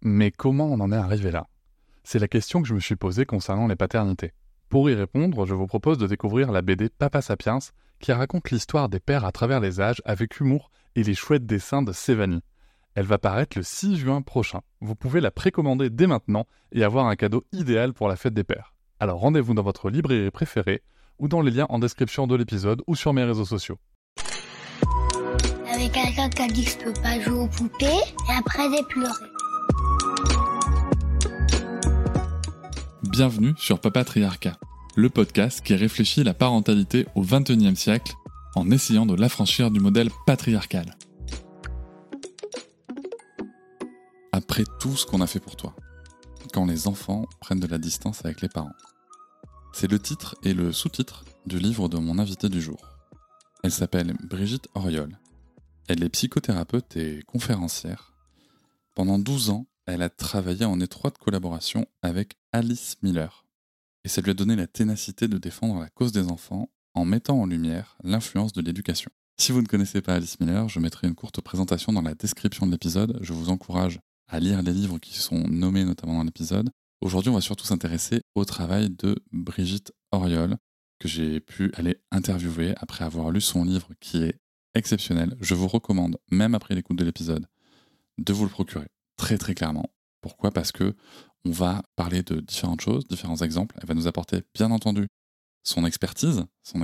Mais comment on en est arrivé là? C'est la question que je me suis posée concernant les paternités. Pour y répondre, je vous propose de découvrir la BD Papa Sapiens, qui raconte l'histoire des pères à travers les âges avec humour et les chouettes dessins de Sévanie. Elle va paraître le 6 juin prochain. Vous pouvez la précommander dès maintenant et avoir un cadeau idéal pour la fête des pères. Alors rendez-vous dans votre librairie préférée ou dans les liens en description de l'épisode ou sur mes réseaux sociaux. Avec quelqu'un qui a dit que je peux pas jouer aux poupées et après j'ai pleuré. Bienvenue sur Papatriarcat, le podcast qui réfléchit la parentalité au XXIe siècle en essayant de l'affranchir du modèle patriarcal. Après tout ce qu'on a fait pour toi, quand les enfants prennent de la distance avec les parents. C'est le titre et le sous-titre du livre de mon invitée du jour. Elle s'appelle Brigitte Auriol. Elle est psychothérapeute et conférencière. Pendant 12 ans, elle a travaillé en étroite collaboration avec Alice Miller. Et ça lui a donné la ténacité de défendre la cause des enfants en mettant en lumière l'influence de l'éducation. Si vous ne connaissez pas Alice Miller, je mettrai une courte présentation dans la description de l'épisode. Je vous encourage à lire les livres qui sont nommés notamment dans l'épisode. Aujourd'hui, on va surtout s'intéresser au travail de Brigitte Auriol, que j'ai pu aller interviewer après avoir lu son livre qui est exceptionnel. Je vous recommande, même après l'écoute de l'épisode, de vous le procurer. Très très clairement. Pourquoi ? Parce que on va parler de différentes choses, différents exemples. Elle va nous apporter, bien entendu, son expertise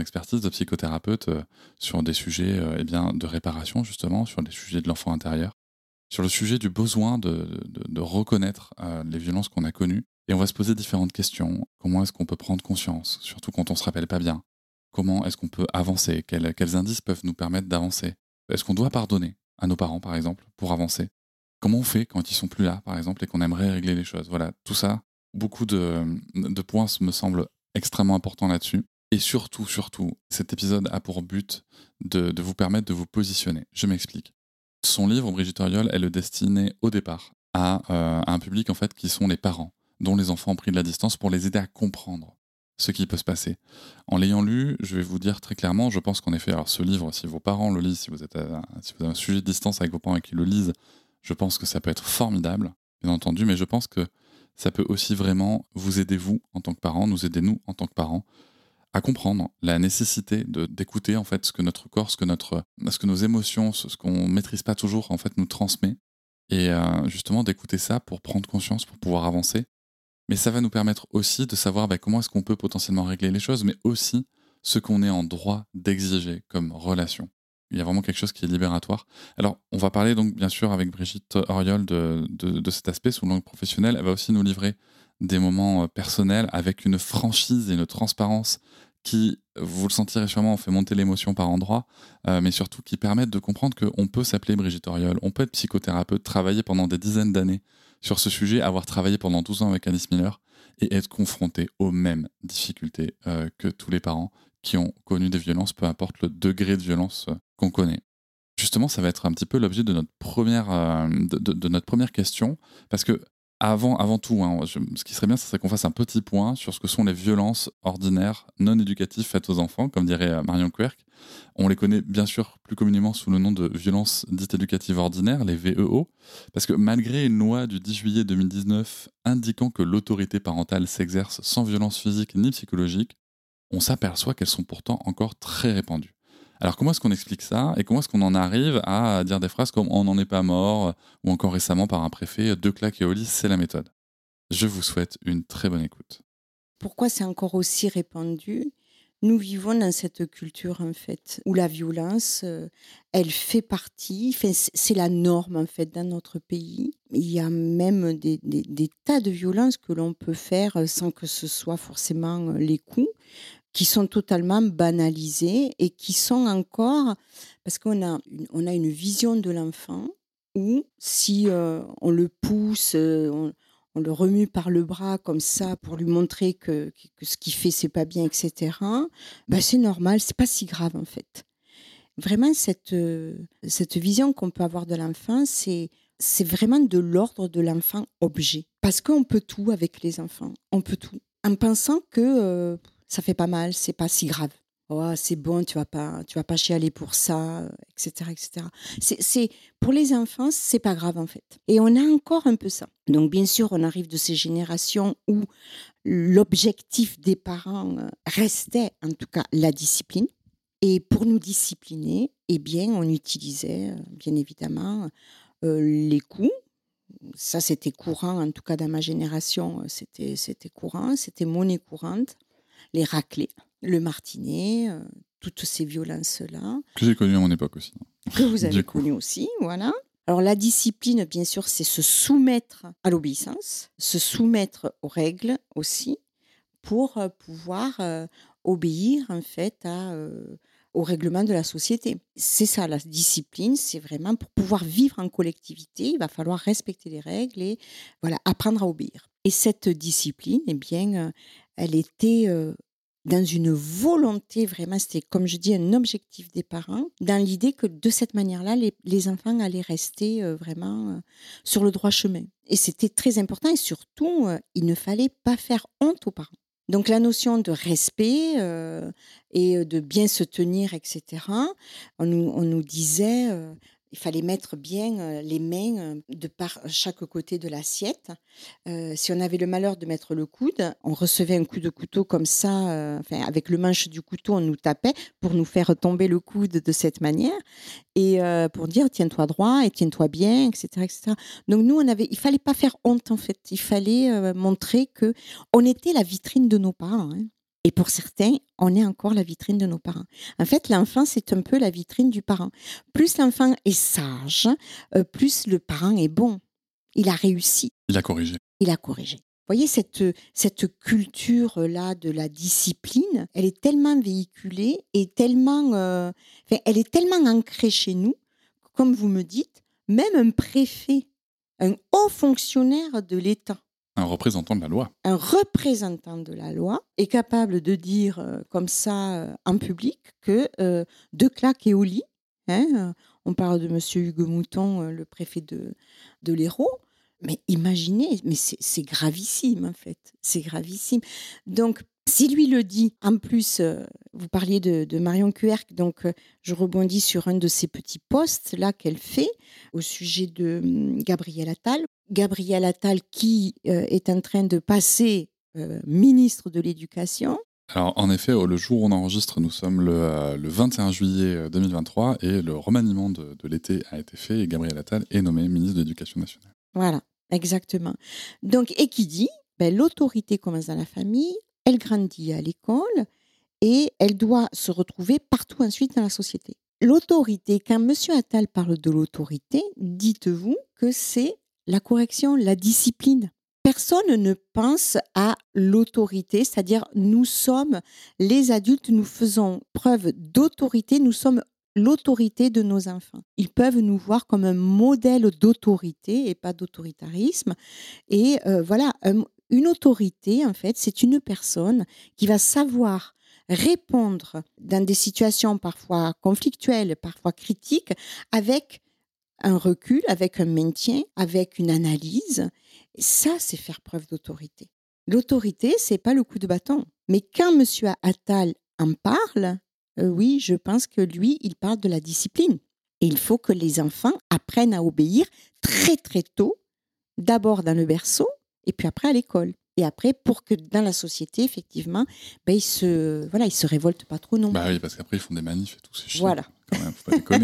de psychothérapeute sur des sujets de réparation, justement, sur les sujets de l'enfant intérieur, sur le sujet du besoin de reconnaître les violences qu'on a connues. Et on va se poser différentes questions. Comment est-ce qu'on peut prendre conscience, surtout quand on ne se rappelle pas bien ? Comment est-ce qu'on peut avancer ? Quels indices peuvent nous permettre d'avancer ? Est-ce qu'on doit pardonner à nos parents, par exemple, pour avancer ? Comment on fait quand ils sont plus là, par exemple, et qu'on aimerait régler les choses ? Voilà, tout ça, beaucoup de points me semblent extrêmement importants là-dessus. Et surtout, cet épisode a pour but de vous permettre de vous positionner. Je m'explique. Son livre, Brigitte Auriol, est le destiné au départ à un public en fait qui sont les parents, dont les enfants ont pris de la distance pour les aider à comprendre ce qui peut se passer. En l'ayant lu, je vais vous dire très clairement, je pense qu'en effet, alors ce livre, si vos parents le lisent, si vous avez un sujet de distance avec vos parents et qu'ils le lisent, je pense que ça peut être formidable, bien entendu, mais je pense que ça peut aussi vraiment vous aider, vous, en tant que parents, nous aider, nous, en tant que parents, à comprendre la nécessité d'écouter, en fait, ce que notre corps, ce que nos émotions, ce qu'on maîtrise pas toujours, en fait, nous transmet, et justement d'écouter ça pour prendre conscience, pour pouvoir avancer. Mais ça va nous permettre aussi de savoir comment est-ce qu'on peut potentiellement régler les choses, mais aussi ce qu'on est en droit d'exiger comme relation. Il y a vraiment quelque chose qui est libératoire. Alors, on va parler donc bien sûr avec Brigitte Auriol de cet aspect sous l'angle professionnel. Elle va aussi nous livrer des moments personnels avec une franchise et une transparence qui, vous le sentirez sûrement, fait monter l'émotion par endroits, mais surtout qui permettent de comprendre qu'on peut s'appeler Brigitte Auriol, on peut être psychothérapeute, travailler pendant des dizaines d'années sur ce sujet, avoir travaillé pendant 12 ans avec Alice Miller et être confronté aux mêmes difficultés que tous les parents qui ont connu des violences, peu importe le degré de violence qu'on connaît. Justement, ça va être un petit peu l'objet de notre première question, parce que avant tout, ce qui serait bien, ce serait qu'on fasse un petit point sur ce que sont les violences ordinaires non éducatives faites aux enfants, comme dirait Marion Querc. On les connaît bien sûr plus communément sous le nom de violences dites éducatives ordinaires, les VEO, parce que malgré une loi du 10 juillet 2019 indiquant que l'autorité parentale s'exerce sans violence physique ni psychologique, on s'aperçoit qu'elles sont pourtant encore très répandues. Alors comment est-ce qu'on explique ça et comment est-ce qu'on en arrive à dire des phrases comme « on n'en est pas mort » ou encore récemment par un préfet « 2 claques et au lit, c'est la méthode ». Je vous souhaite une très bonne écoute. Pourquoi c'est encore aussi répandu ? Nous vivons dans cette culture en fait où la violence, elle fait partie, c'est la norme en fait dans notre pays. Il y a même des tas de violences que l'on peut faire sans que ce soit forcément les coups, qui sont totalement banalisés et qui sont encore, parce qu'on a une vision de l'enfant où si on le pousse, on le remue par le bras comme ça pour lui montrer que ce qu'il fait c'est pas bien, etc. C'est normal, c'est pas si grave en fait. Vraiment cette vision qu'on peut avoir de l'enfant, c'est vraiment de l'ordre de l'enfant objet, parce qu'on peut tout avec les enfants, on peut tout, en pensant que ça fait pas mal, c'est pas si grave. Oh, c'est bon, tu vas pas chialer pour ça, etc., etc. Pour les enfants, c'est pas grave en fait. Et on a encore un peu ça. Donc bien sûr, on arrive de ces générations où l'objectif des parents restait, en tout cas, la discipline. Et pour nous discipliner, eh bien, on utilisait, bien évidemment, les coups. Ça, c'était courant, en tout cas dans ma génération, c'était courant, c'était monnaie courante. Les raclés, le martinet, toutes ces violences-là, Que j'ai connu à mon époque aussi. que vous avez Du coup. connues aussi, voilà. Alors la discipline, bien sûr, c'est se soumettre à l'obéissance, se soumettre aux règles aussi, pour pouvoir obéir en fait au règlement de la société. C'est ça, la discipline, c'est vraiment pour pouvoir vivre en collectivité, il va falloir respecter les règles et voilà, apprendre à obéir. Et cette discipline, eh bien, elle était dans une volonté, vraiment, c'était comme je dis, un objectif des parents, dans l'idée que de cette manière-là, les enfants allaient rester vraiment sur le droit chemin. Et c'était très important et surtout, il ne fallait pas faire honte aux parents. Donc la notion de respect et de bien se tenir, etc., on nous disait il fallait mettre bien les mains de par chaque côté de l'assiette. Si on avait le malheur de mettre le coude, on recevait un coup de couteau comme ça, enfin, avec le manche du couteau, on nous tapait pour nous faire tomber le coude de cette manière et pour dire tiens-toi droit et tiens-toi bien, etc., etc. Donc nous, il fallait pas faire honte en fait. Il fallait montrer que on était la vitrine de nos parents. Hein. Et pour certains, on est encore la vitrine de nos parents. En fait, l'enfant, c'est un peu la vitrine du parent. Plus l'enfant est sage, plus le parent est bon. Il a réussi. Il a corrigé. Il a corrigé. Vous voyez, cette culture-là de la discipline, elle est tellement véhiculée et tellement, elle est tellement ancrée chez nous, que, comme vous me dites, même un préfet, un haut fonctionnaire de l'État, Un représentant de la loi. un représentant de la loi est capable de dire comme ça en public que deux claques et au lit, hein, on parle de monsieur Hugues Mouton, le préfet de l'Hérault, mais imaginez, mais c'est gravissime en fait, c'est gravissime. Donc, si lui le dit, en plus, vous parliez de Marion Cuerck, donc je rebondis sur un de ces petits posts là qu'elle fait au sujet de Gabriel Attal. Gabriel Attal qui est en train de passer ministre de l'Éducation. Alors, en effet, le jour où on enregistre, nous sommes le 21 juillet 2023 et le remaniement de l'été a été fait et Gabriel Attal est nommé ministre de l'Éducation nationale. Voilà, exactement. Donc, et qui dit, l'autorité commence dans la famille, elle grandit à l'école et elle doit se retrouver partout ensuite dans la société. L'autorité, quand M. Attal parle de l'autorité, dites-vous que c'est la correction, la discipline. Personne ne pense à l'autorité, c'est-à-dire nous sommes les adultes, nous faisons preuve d'autorité, nous sommes l'autorité de nos enfants. Ils peuvent nous voir comme un modèle d'autorité et pas d'autoritarisme. Et voilà, une autorité, en fait, c'est une personne qui va savoir répondre dans des situations parfois conflictuelles, parfois critiques, avec un recul, avec un maintien, avec une analyse. Et ça, c'est faire preuve d'autorité. L'autorité, c'est pas le coup de bâton. Mais quand M. Attal en parle, oui, je pense que lui, il parle de la discipline. Et il faut que les enfants apprennent à obéir très très tôt, d'abord dans le berceau, et puis après à l'école. Et après, pour que dans la société, effectivement, ils se révoltent pas trop non plus. Bah oui, parce qu'après, ils font des manifs et tout, c'est chiant. Voilà. Quand même, faut pas déconner.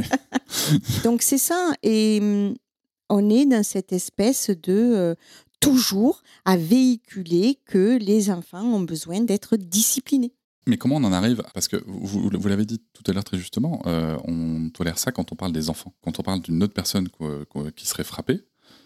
Donc c'est ça. Et on est dans cette espèce de toujours à véhiculer que les enfants ont besoin d'être disciplinés. Mais comment on en arrive? Parce que vous l'avez dit tout à l'heure très justement, on tolère ça quand on parle des enfants. Quand on parle d'une autre personne qui serait frappée,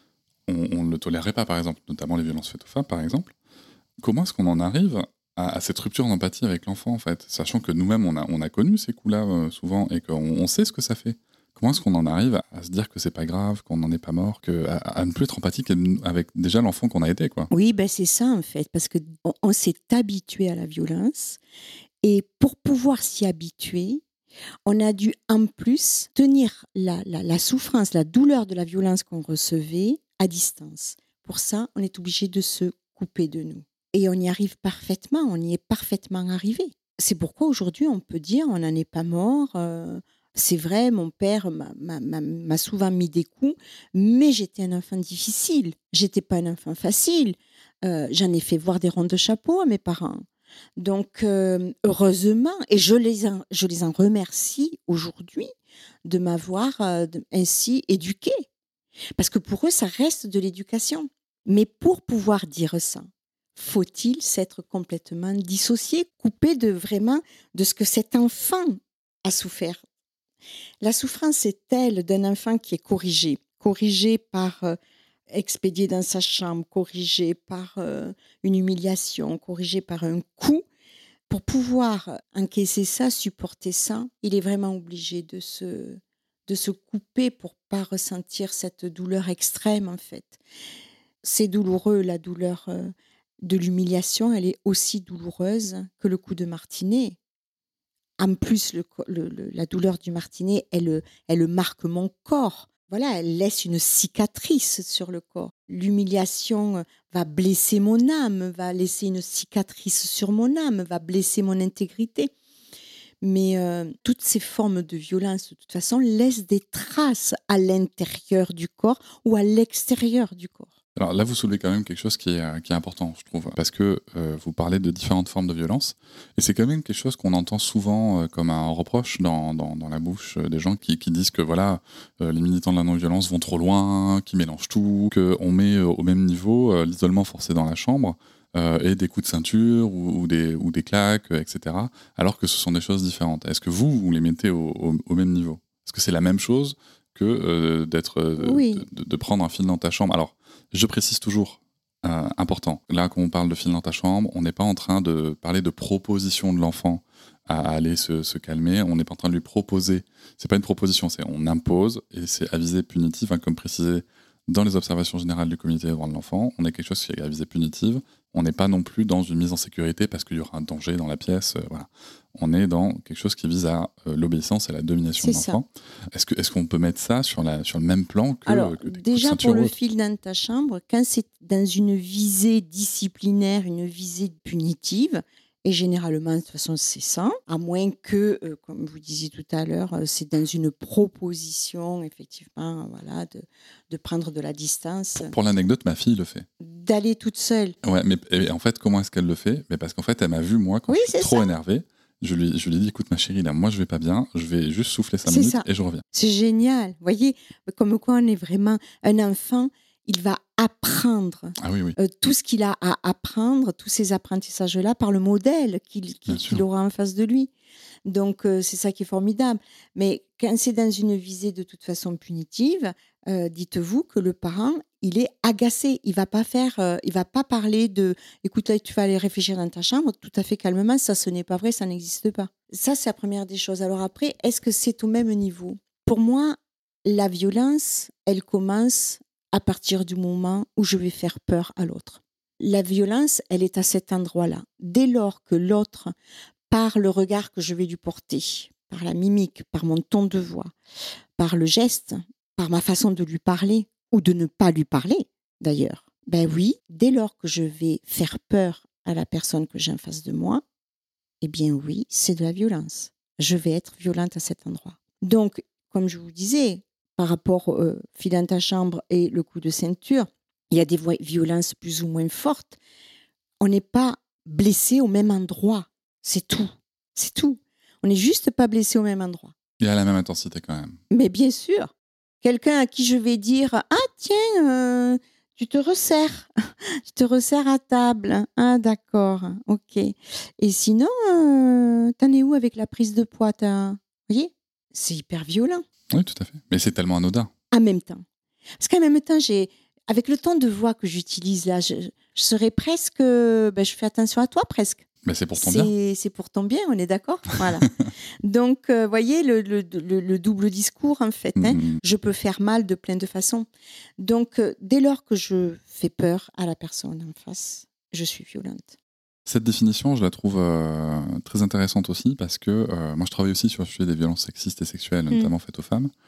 on ne le tolérerait pas, par exemple, notamment les violences faites aux femmes, par exemple. Comment est-ce qu'on en arrive à cette rupture d'empathie avec l'enfant, en fait, sachant que nous-mêmes, on a connu ces coups-là souvent et qu'on sait ce que ça fait. Comment est-ce qu'on en arrive à se dire que c'est pas grave, qu'on n'en est pas mort, à ne plus être empathique avec déjà l'enfant qu'on a été, quoi? Oui, c'est ça en fait, parce qu'on s'est habitué à la violence et pour pouvoir s'y habituer, on a dû en plus tenir la souffrance, la douleur de la violence qu'on recevait à distance. Pour ça, on est obligé de se couper de nous. Et on y arrive parfaitement, on y est parfaitement arrivé. C'est pourquoi aujourd'hui, on peut dire, on n'en est pas mort. C'est vrai, mon père m'a souvent mis des coups, mais j'étais un enfant difficile. J'étais pas un enfant facile. J'en ai fait voir des ronds de chapeau à mes parents. Donc, heureusement, et je les en remercie aujourd'hui de m'avoir ainsi éduquée. Parce que pour eux, ça reste de l'éducation. Mais pour pouvoir dire ça, faut-il s'être complètement dissocié, coupé de ce que cet enfant a souffert. La souffrance est telle d'un enfant qui est corrigé par expédié dans sa chambre, corrigé par une humiliation, corrigé par un coup. Pour pouvoir encaisser ça, supporter ça, il est vraiment obligé de se couper pour pas ressentir cette douleur extrême, en fait. C'est douloureux, la douleur de l'humiliation, elle est aussi douloureuse que le coup de martinet. En plus, la douleur du martinet, elle marque mon corps. Voilà, elle laisse une cicatrice sur le corps. L'humiliation va blesser mon âme, va laisser une cicatrice sur mon âme, va blesser mon intégrité. Mais toutes ces formes de violence, de toute façon, laissent des traces à l'intérieur du corps ou à l'extérieur du corps. Alors là, vous soulevez quand même quelque chose qui est important, je trouve, parce que vous parlez de différentes formes de violence, et c'est quand même quelque chose qu'on entend souvent comme un reproche dans la bouche des gens qui disent que voilà, les militants de la non-violence vont trop loin, qui mélangent tout, qu'on met au même niveau l'isolement forcé dans la chambre et des coups de ceinture ou des claques, etc., alors que ce sont des choses différentes. Est-ce que vous les mettez au même niveau ? Est-ce que c'est la même chose que Oui. de prendre un fil dans ta chambre ? Alors, je précise toujours, important, là quand on parle de fil dans ta chambre, on n'est pas en train de parler de proposition de l'enfant à aller se calmer, on n'est pas en train de lui proposer, c'est pas une proposition, c'est on impose, et c'est à visée punitive, comme précisé dans les observations générales du comité des droits de l'enfant, on est quelque chose qui est à visée punitive, on n'est pas non plus dans une mise en sécurité parce qu'il y aura un danger dans la pièce, voilà. On est dans quelque chose qui vise à l'obéissance et la domination de l'enfant. Est-ce qu'on peut mettre ça sur le même plan que, Alors, que des déjà coups de ceinture pour le ou autre ? fil dans ta chambre, quand c'est dans une visée disciplinaire, une visée punitive, et généralement, de toute façon, c'est ça, à moins que, comme vous disiez tout à l'heure, c'est dans une proposition, effectivement, voilà, de prendre de la distance. Pour l'anecdote, ma fille le fait. D'aller toute seule. Ouais, mais et en fait, comment est-ce qu'elle le fait ? Mais parce qu'en fait, elle m'a vu, moi, quand Oui, je suis c'est trop ça. énervé, je lui ai dit, écoute ma chérie, là, moi je vais pas bien, je vais juste souffler 5 C'est minutes ça. et je reviens. C'est génial. Vous voyez, comme quoi on est vraiment un enfant, il va apprendre Ah oui, oui. tout ce qu'il a à apprendre, tous ces apprentissages-là, par le modèle Bien sûr. qu'il aura en face de lui. Donc, c'est ça qui est formidable. Mais quand c'est dans une visée de toute façon punitive, dites-vous que le parent, il est agacé. Il va pas parler de « écoute, là, tu vas aller réfléchir dans ta chambre tout à fait calmement, ça, ce n'est pas vrai, ça n'existe pas ». Ça, c'est la première des choses. Alors après, est-ce que c'est au même niveau ? Pour moi, la violence, elle commence à partir du moment où je vais faire peur à l'autre. La violence, elle est à cet endroit-là. Dès lors que l'autre, par le regard que je vais lui porter, par la mimique, par mon ton de voix, par le geste, par ma façon de lui parler ou de ne pas lui parler, d'ailleurs, ben oui, dès lors que je vais faire peur à la personne que j'ai en face de moi, eh bien oui, c'est de la violence. Je vais être violente à cet endroit. Donc, comme je vous disais, par rapport au fil dans ta chambre et le coup de ceinture, il y a des violences plus ou moins fortes. On n'est pas blessé au même endroit. C'est tout. C'est tout. On n'est juste pas blessé au même endroit. Il a la même intensité quand même. Mais bien sûr, quelqu'un à qui je vais dire « Ah tiens, tu te resserres. Tu te resserres à table. Ah d'accord, ok. Et sinon, t'en es où avec la prise de poids ? Vous voyez ? C'est hyper violent. Oui, tout à fait. Mais c'est tellement anodin. En même temps. Parce qu'en même temps, avec le ton de voix que j'utilise là, je serais presque... je fais attention à toi presque. Mais c'est pour ton bien. C'est pour ton bien, on est d'accord ? Voilà. Donc, vous voyez, le double discours, en fait. Hein, je peux faire mal de plein de façons. Donc, dès lors que je fais peur à la personne en face, je suis violente. Cette définition, je la trouve très intéressante aussi parce que moi, je travaille aussi sur le sujet des violences sexistes et sexuelles, notamment faites aux femmes.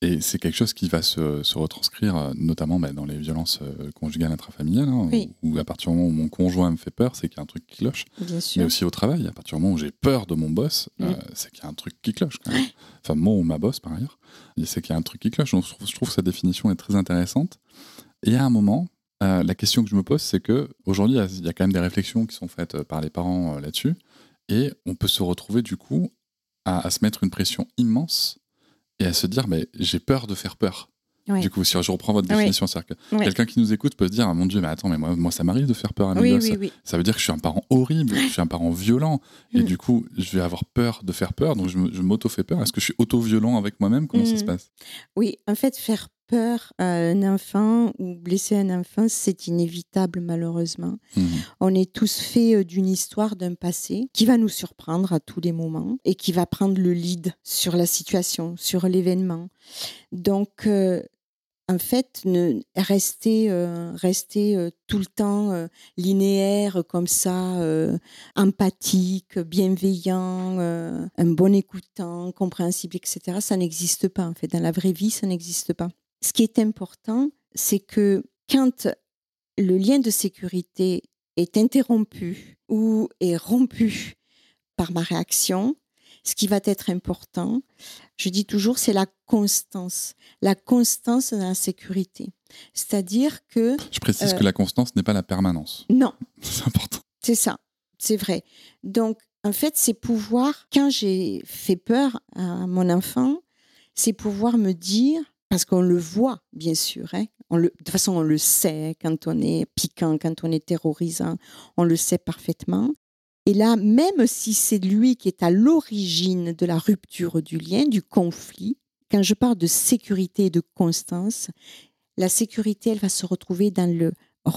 Et c'est quelque chose qui va se retranscrire notamment dans les violences conjugales intrafamiliales, hein, Oui. où à partir du moment où mon conjoint me fait peur, c'est qu'il y a un truc qui cloche. Bien Mais sûr. aussi au travail, à partir du moment où j'ai peur de mon boss, c'est qu'il y a un truc qui cloche quand même. Enfin, mon ou ma boss par ailleurs, et c'est qu'il y a un truc qui cloche. Donc je trouve que cette définition est très intéressante. Et à un moment, la question que je me pose, c'est que aujourd'hui, il y a quand même des réflexions qui sont faites par les parents là-dessus, et on peut se retrouver du coup à se mettre une pression immense et à se dire, mais j'ai peur de faire peur. Ouais. Du coup, si je reprends votre Oui. définition, c'est-à-dire que Oui. quelqu'un qui nous écoute peut se dire, ah, mon Dieu, mais attends, mais moi ça m'arrive de faire peur à mes gosses. Oui. Ça veut dire que je suis un parent horrible, je suis un parent violent, et du coup, je vais avoir peur de faire peur, donc je m'auto-fais peur. Est-ce que je suis auto-violent avec moi-même? Comment ça se passe? Oui, en fait, faire peur à un enfant ou blesser un enfant, c'est inévitable malheureusement. On est tous faits d'une histoire, d'un passé qui va nous surprendre à tous les moments et qui va prendre le lead sur la situation, sur l'événement. Donc, en fait, rester tout le temps linéaire comme ça, empathique, bienveillant, un bon écoutant, compréhensible, etc., ça n'existe pas en fait. Dans la vraie vie, ça n'existe pas. Ce qui est important, c'est que quand le lien de sécurité est interrompu ou est rompu par ma réaction, ce qui va être important, je dis toujours, c'est la constance dans la sécurité. C'est-à-dire que... Je précise que la constance n'est pas la permanence. Non. C'est important. C'est ça, c'est vrai. Donc, en fait, c'est pouvoir, quand j'ai fait peur à mon enfant, c'est pouvoir me dire, parce qu'on le voit, bien sûr, hein, de toute façon, on le sait, quand on est piquant, quand on est terrorisant, on le sait parfaitement. Et là, même si c'est lui qui est à l'origine de la rupture du lien, du conflit, quand je parle de sécurité et de constance, la sécurité, elle va se retrouver dans le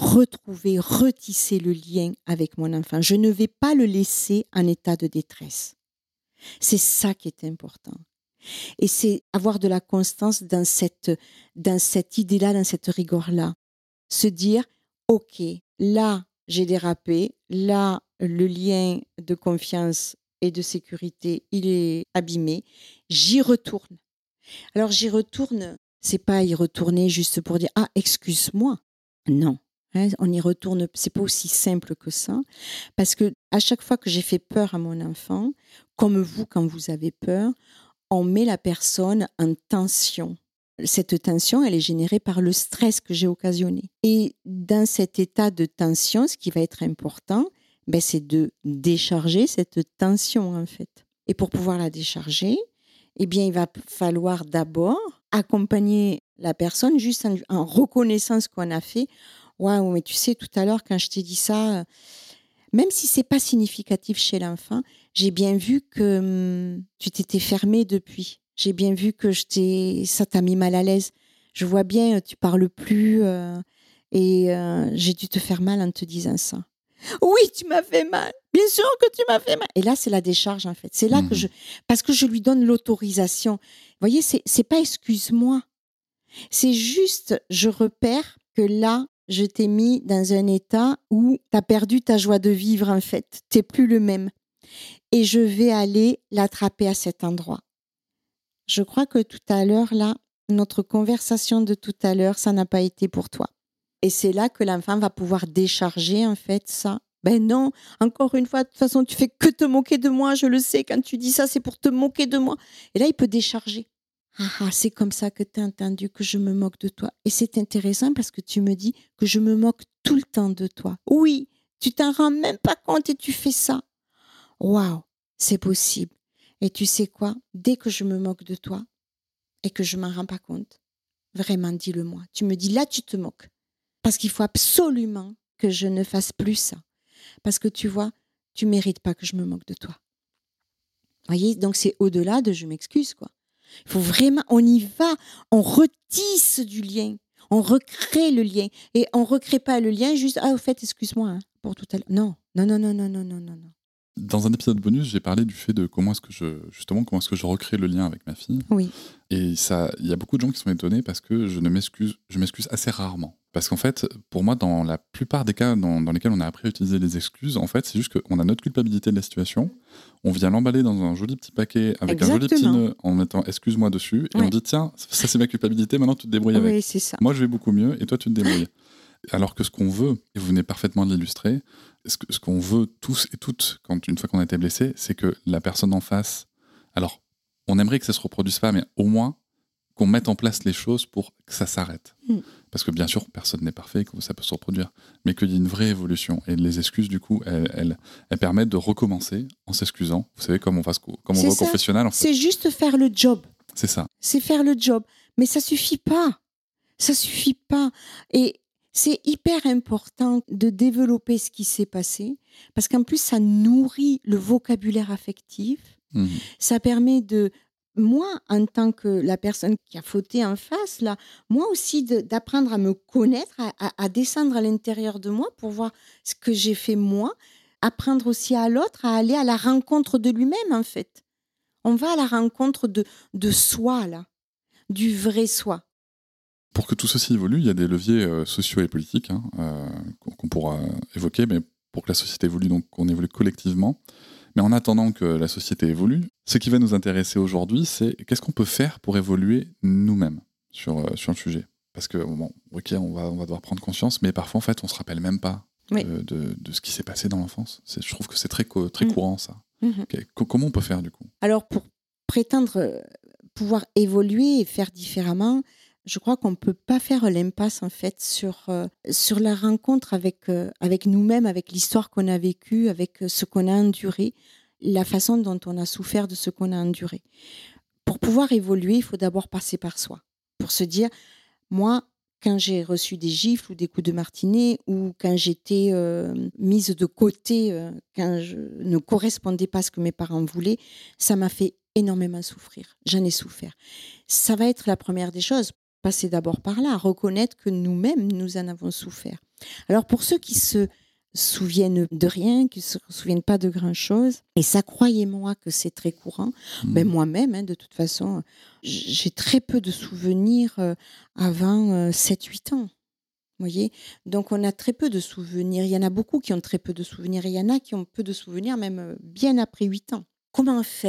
retisser le lien avec mon enfant. Je ne vais pas le laisser en état de détresse. C'est ça qui est important. Et c'est avoir de la constance dans cette idée-là, dans cette rigueur-là. Se dire, OK, là, j'ai dérapé, là, le lien de confiance et de sécurité, il est abîmé, j'y retourne. Alors, j'y retourne, c'est pas y retourner juste pour dire, ah, excuse-moi. Non, hein, on y retourne, c'est pas aussi simple que ça, parce que à chaque fois que j'ai fait peur à mon enfant, comme vous, quand vous avez peur, on met la personne en tension. Cette tension, elle est générée par le stress que j'ai occasionné. Et dans cet état de tension, ce qui va être important, c'est de décharger cette tension, en fait. Et pour pouvoir la décharger, eh bien, il va falloir d'abord accompagner la personne juste en reconnaissant ce qu'on a fait. Waouh, mais tu sais, tout à l'heure, quand je t'ai dit ça, même si c'est pas significatif chez l'enfant, j'ai bien vu que tu t'étais fermée depuis. J'ai bien vu que ça t'a mis mal à l'aise. Je vois bien, tu parles plus et j'ai dû te faire mal en te disant ça. Oui, tu m'as fait mal. Bien sûr que tu m'as fait mal. Et là, c'est la décharge, en fait. C'est là que parce que je lui donne l'autorisation. Vous voyez, c'est pas excuse-moi. C'est juste, je repère que là, je t'ai mis dans un état où tu as perdu ta joie de vivre, en fait. Tu n'es plus le même. Et je vais aller l'attraper à cet endroit. Je crois que tout à l'heure, là, notre conversation de tout à l'heure, ça n'a pas été pour toi. Et c'est là que l'enfant va pouvoir décharger, en fait, ça. Ben non, encore une fois, de toute façon, tu fais que te moquer de moi, je le sais. Quand tu dis ça, c'est pour te moquer de moi. Et là, il peut décharger. Ah, c'est comme ça que tu as entendu que je me moque de toi. Et c'est intéressant parce que tu me dis que je me moque tout le temps de toi. Oui, tu t'en rends même pas compte et tu fais ça. Waouh, c'est possible. Et tu sais quoi? Dès que je me moque de toi et que je m'en rends pas compte, vraiment, dis-le-moi. Tu me dis, là, tu te moques. Parce qu'il faut absolument que je ne fasse plus ça. Parce que tu vois, tu mérites pas que je me moque de toi. Voyez, donc c'est au-delà de je m'excuse, quoi. Il faut vraiment, on y va, on retisse du lien, on recrée le lien. Et on ne recrée pas le lien juste, ah, au fait, excuse-moi pour tout à l'heure. Non. Dans un épisode bonus, j'ai parlé du fait de comment est-ce que je recrée le lien avec ma fille. Oui. Et ça, il y a beaucoup de gens qui sont étonnés parce que je m'excuse assez rarement. Parce qu'en fait, pour moi, dans la plupart des cas dans lesquels on a appris à utiliser les excuses, en fait, c'est juste qu'on a notre culpabilité de la situation, on vient l'emballer dans un joli petit paquet avec un joli petit nœud en mettant excuse-moi dessus, et on dit tiens, ça c'est ma culpabilité, maintenant tu te débrouilles avec. Oui, c'est ça. Moi je vais beaucoup mieux et toi tu te débrouilles. Alors que ce qu'on veut, et vous venez parfaitement de l'illustrer, ce qu'on veut tous et toutes, une fois qu'on a été blessé, c'est que la personne en face, alors on aimerait que ça se reproduise pas, mais au moins qu'on mette en place les choses pour que ça s'arrête. Parce que bien sûr, personne n'est parfait, que ça peut se reproduire, mais qu'il y ait une vraie évolution. Et les excuses, du coup, elles permettent de recommencer en s'excusant. Vous savez, comme on va au confessionnal. En fait. C'est juste faire le job. C'est ça. C'est faire le job. Mais ça suffit pas. Ça suffit pas. Et c'est hyper important de développer ce qui s'est passé, parce qu'en plus, ça nourrit le vocabulaire affectif. Ça permet moi, en tant que la personne qui a fauté en face, là, moi aussi d'apprendre à me connaître, à descendre à l'intérieur de moi pour voir ce que j'ai fait moi, apprendre aussi à l'autre à aller à la rencontre de lui-même, en fait. On va à la rencontre de soi, là, du vrai soi. Pour que tout ceci évolue, il y a des leviers sociaux et politiques qu'on pourra évoquer, mais pour que la société évolue, donc qu'on évolue collectivement. Mais en attendant que la société évolue, ce qui va nous intéresser aujourd'hui, c'est qu'est-ce qu'on peut faire pour évoluer nous-mêmes sur le sujet. Parce que, bon, ok, on va devoir prendre conscience, mais parfois, en fait, on ne se rappelle même pas de ce qui s'est passé dans l'enfance. Je trouve que c'est très courant, ça. Okay. Comment on peut faire, du coup ? Alors, pour prétendre pouvoir évoluer et faire différemment, je crois qu'on ne peut pas faire l'impasse, en fait, sur la rencontre avec nous-mêmes, avec l'histoire qu'on a vécue, avec ce qu'on a enduré, la façon dont on a souffert de ce qu'on a enduré. Pour pouvoir évoluer, il faut d'abord passer par soi. Pour se dire, moi, quand j'ai reçu des gifles ou des coups de martinet, ou quand j'étais mise de côté, quand je ne correspondais pas à ce que mes parents voulaient, ça m'a fait énormément souffrir. J'en ai souffert. Ça va être la première des choses. Passer d'abord par là, reconnaître que nous-mêmes, nous en avons souffert. Alors, pour ceux qui se souviennent de rien, qui ne se souviennent pas de grand-chose, et ça, croyez-moi que c'est très courant, ben moi-même, de toute façon, j'ai très peu de souvenirs avant 7-8 ans. Vous voyez ? Donc, on a très peu de souvenirs. Il y en a beaucoup qui ont très peu de souvenirs, et il y en a qui ont peu de souvenirs, même bien après 8 ans. Comment faire ?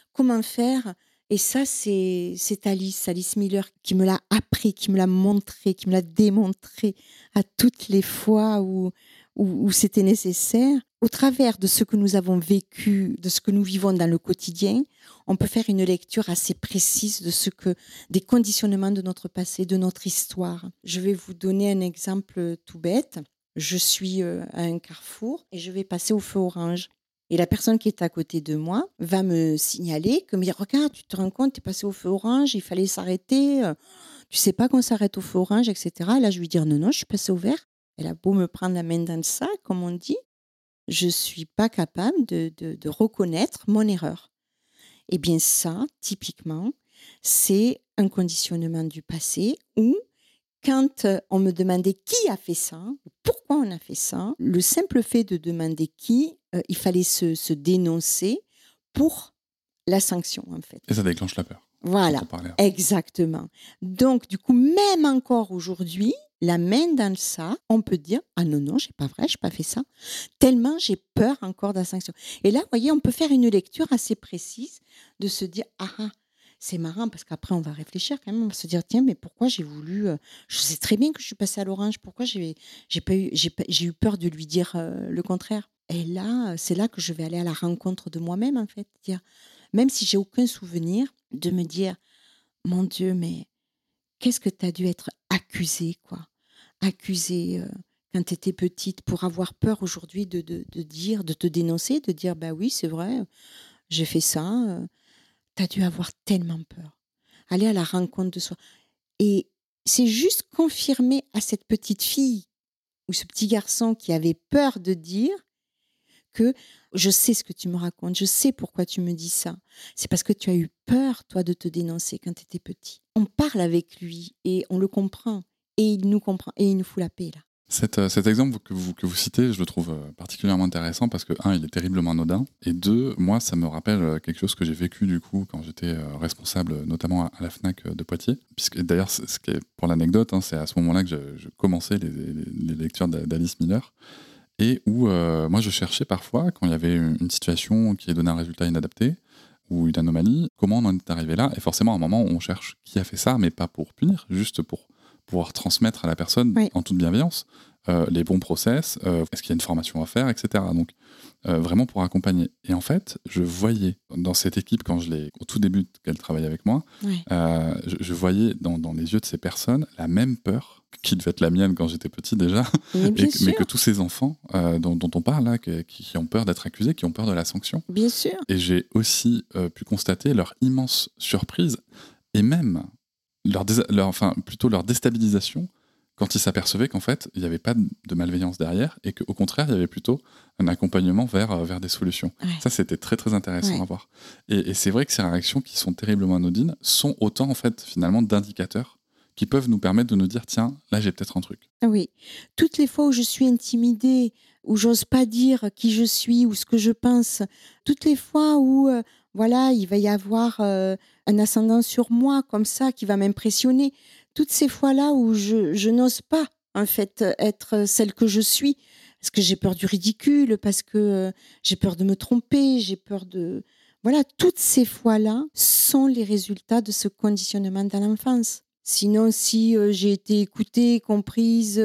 Et ça, c'est Alice Miller qui me l'a appris, qui me l'a montré, qui me l'a démontré à toutes les fois où c'était nécessaire. Au travers de ce que nous avons vécu, de ce que nous vivons dans le quotidien, on peut faire une lecture assez précise des conditionnements de notre passé, de notre histoire. Je vais vous donner un exemple tout bête. Je suis à un carrefour et je vais passer au feu orange. Et la personne qui est à côté de moi va me signaler que, mais regarde, tu te rends compte, tu es passé au feu orange, il fallait s'arrêter, tu sais pas qu'on s'arrête au feu orange, etc. Et là, je lui dis non, je suis passée au vert. Elle a beau me prendre la main dans le sac, comme on dit, je suis pas capable de reconnaître mon erreur. Eh bien ça, typiquement, c'est un conditionnement du passé où, quand on me demandait qui a fait ça, pourquoi on a fait ça, le simple fait de demander qui, il fallait se dénoncer pour la sanction, en fait. Et ça déclenche la peur. Voilà, exactement. Donc, du coup, même encore aujourd'hui, la main dans le sac, on peut dire « Ah non, c'est pas vrai, j'ai pas fait ça. » Tellement j'ai peur encore de la sanction. Et là, vous voyez, on peut faire une lecture assez précise de se dire « Ah, c'est marrant parce qu'après, on va réfléchir quand même. On va se dire, tiens, mais pourquoi j'ai voulu... je sais très bien que je suis passée à l'orange. Pourquoi j'ai eu peur de lui dire le contraire. Et là, c'est là que je vais aller à la rencontre de moi-même, en fait. Même si j'ai aucun souvenir, de me dire, mon Dieu, mais qu'est-ce que tu as dû être accusée, quoi. Accusée quand tu étais petite pour avoir peur aujourd'hui de te dénoncer, de dire, bah oui, c'est vrai, j'ai fait ça... T'as dû avoir tellement peur. Aller à la rencontre de soi. Et c'est juste confirmer à cette petite fille ou ce petit garçon qui avait peur de dire que je sais ce que tu me racontes, je sais pourquoi tu me dis ça. C'est parce que tu as eu peur, toi, de te dénoncer quand tu étais petit. On parle avec lui et on le comprend. Et il nous comprend et il nous fout la paix, là. Cet exemple que vous citez, je le trouve particulièrement intéressant parce que, un, il est terriblement anodin, et deux, moi, ça me rappelle quelque chose que j'ai vécu du coup quand j'étais responsable, notamment à la FNAC de Poitiers. Puisque d'ailleurs, ce qui est, pour l'anecdote, hein, c'est à ce moment-là que je commençais les lectures d'Alice Miller, et où moi je cherchais parfois, quand il y avait une situation qui donnait un résultat inadapté, ou une anomalie, comment on en est arrivé là. Et forcément, à un moment, on cherche qui a fait ça, mais pas pour punir, juste pour pouvoir transmettre à la personne, Oui. en toute bienveillance, les bons process, est-ce qu'il y a une formation à faire, etc. Donc, vraiment pour accompagner. Et en fait, je voyais dans cette équipe, au tout début qu'elle travaillait avec moi, Oui. je voyais dans les yeux de ces personnes la même peur qui devait être la mienne quand j'étais petit déjà, mais que tous ces enfants dont on parle là, qui ont peur d'être accusés, qui ont peur de la sanction. Bien sûr. Et j'ai aussi pu constater leur immense surprise et même leur déstabilisation quand ils s'apercevaient qu'en fait, il n'y avait pas de malveillance derrière et qu'au contraire, il y avait plutôt un accompagnement vers des solutions. Ouais. Ça, c'était très, très intéressant à voir. Et c'est vrai que ces réactions qui sont terriblement anodines sont autant, en fait, finalement, d'indicateurs qui peuvent nous permettre de nous dire, tiens, là, j'ai peut-être un truc. Oui. Toutes les fois où je suis intimidée, où j'ose pas dire qui je suis ou ce que je pense, toutes les fois où voilà, il va y avoir un ascendant sur moi comme ça qui va m'impressionner, toutes ces fois-là où je n'ose pas en fait être celle que je suis parce que j'ai peur du ridicule, parce que j'ai peur de me tromper, j'ai peur de voilà, toutes ces fois-là sont les résultats de ce conditionnement dans l'enfance. Sinon, si j'ai été écoutée, comprise,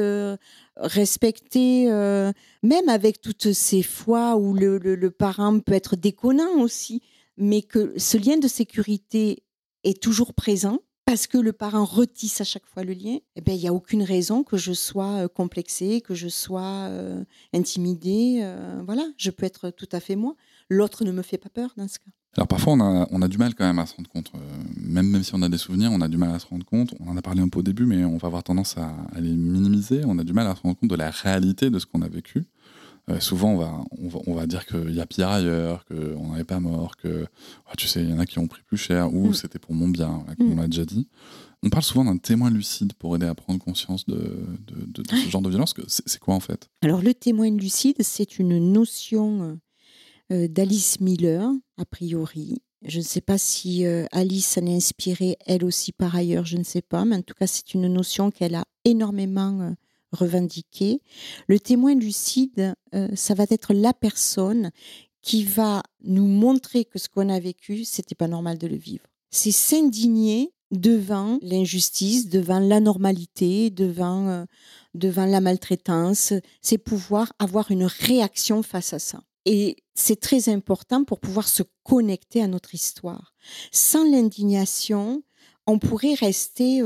respectée, même avec toutes ces fois où le parent peut être déconnant aussi, mais que ce lien de sécurité est toujours présent parce que le parent retisse à chaque fois le lien, eh ben, il n'y a aucune raison que je sois complexée, que je sois intimidée. Voilà, je peux être tout à fait moi. L'autre ne me fait pas peur dans ce cas. Alors parfois, on a du mal quand même à se rendre compte. Même si on a des souvenirs, on a du mal à se rendre compte. On en a parlé un peu au début, mais on va avoir tendance à les minimiser. On a du mal à se rendre compte de la réalité de ce qu'on a vécu. Souvent, on va dire qu'il y a pire ailleurs, qu'on n'en est pas mort, que tu sais, il y en a qui ont pris plus cher, ou c'était pour mon bien, là, comme on l'a déjà dit. On parle souvent d'un témoin lucide pour aider à prendre conscience de ce genre de violence. C'est quoi en fait ? Alors le témoin lucide, c'est une notion d'Alice Miller, a priori. Je ne sais pas si Alice s'en est inspirée, elle aussi par ailleurs, je ne sais pas, mais en tout cas c'est une notion qu'elle a énormément revendiquée. Le témoin lucide, ça va être la personne qui va nous montrer que ce qu'on a vécu, c'était pas normal de le vivre. C'est s'indigner devant l'injustice, devant l'anormalité, devant la maltraitance, c'est pouvoir avoir une réaction face à ça. Et c'est très important pour pouvoir se connecter à notre histoire. Sans l'indignation, on pourrait rester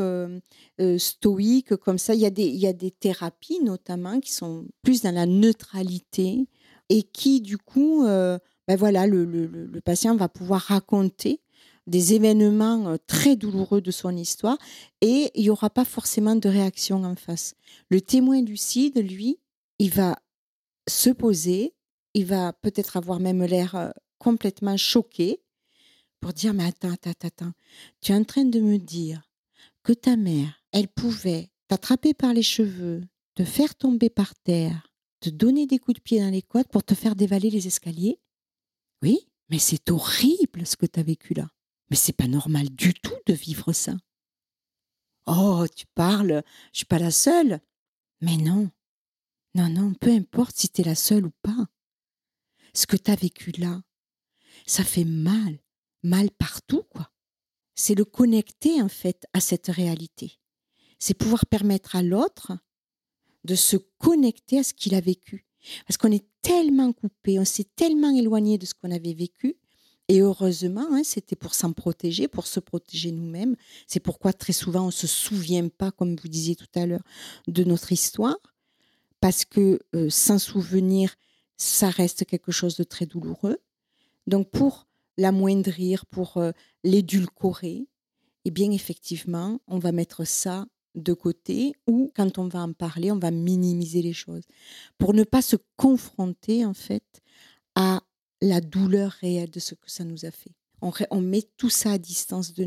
stoïque comme ça. Il y a des thérapies notamment qui sont plus dans la neutralité et qui du coup, voilà, le patient va pouvoir raconter des événements très douloureux de son histoire et il n'y aura pas forcément de réaction en face. Le témoin lucide, lui, il va se poser, il va peut-être avoir même l'air complètement choqué pour dire « Mais attends, tu es en train de me dire que ta mère, elle pouvait t'attraper par les cheveux, te faire tomber par terre, te donner des coups de pied dans les côtes pour te faire dévaler les escaliers ? Oui, mais c'est horrible ce que tu as vécu là. Mais c'est pas normal du tout de vivre ça. Oh, tu parles, je suis pas la seule. Mais non, peu importe si tu es la seule ou pas. Ce que tu as vécu là, ça fait mal partout, quoi. C'est le connecter, en fait, à cette réalité. C'est pouvoir permettre à l'autre de se connecter à ce qu'il a vécu. Parce qu'on est tellement coupé, on s'est tellement éloigné de ce qu'on avait vécu. Et heureusement, c'était pour s'en protéger, pour se protéger nous-mêmes. C'est pourquoi très souvent, on ne se souvient pas, comme vous disiez tout à l'heure, de notre histoire. Parce que sans souvenir, ça reste quelque chose de très douloureux. Donc, pour l'amoindrir, pour l'édulcorer, eh bien, effectivement, on va mettre ça de côté ou, quand on va en parler, on va minimiser les choses pour ne pas se confronter, en fait, à la douleur réelle de ce que ça nous a fait. On met tout ça à distance de nous.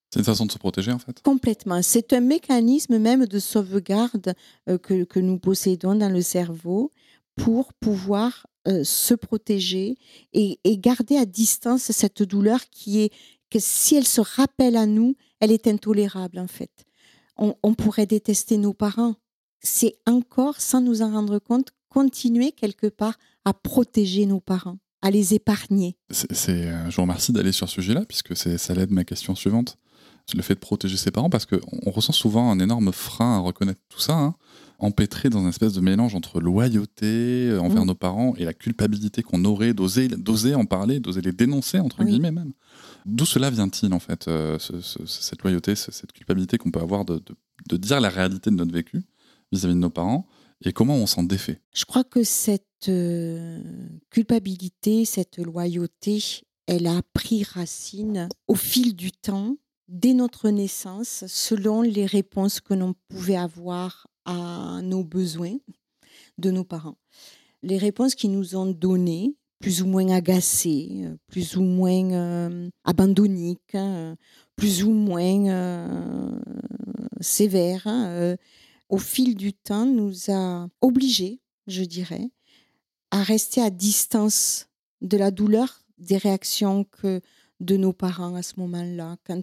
C'est une façon de se protéger, en fait. Complètement. C'est un mécanisme même de sauvegarde que nous possédons dans le cerveau pour pouvoir se protéger et garder à distance cette douleur que si elle se rappelle à nous, elle est intolérable en fait. On pourrait détester nos parents. C'est encore, sans nous en rendre compte, continuer quelque part à protéger nos parents, à les épargner. Je vous remercie d'aller sur ce sujet-là, puisque ça l'aide ma question suivante. Le fait de protéger ses parents, parce qu'on ressent souvent un énorme frein à reconnaître tout ça, hein, empêtré dans une espèce de mélange entre loyauté envers nos parents et la culpabilité qu'on aurait d'oser en parler, d'oser les dénoncer, entre guillemets même. D'où cela vient-il, en fait, cette loyauté, cette culpabilité qu'on peut avoir de dire la réalité de notre vécu vis-à-vis de nos parents, et comment on s'en défait? Je crois que cette culpabilité, cette loyauté, elle a pris racine au fil du temps, dès notre naissance, selon les réponses que l'on pouvait avoir à nos besoins de nos parents. Les réponses qu'ils nous ont données, plus ou moins agacées, plus ou moins abandonniques, plus ou moins sévères, au fil du temps, nous a obligés, je dirais, à rester à distance de la douleur, des réactions de nos parents à ce moment-là, quand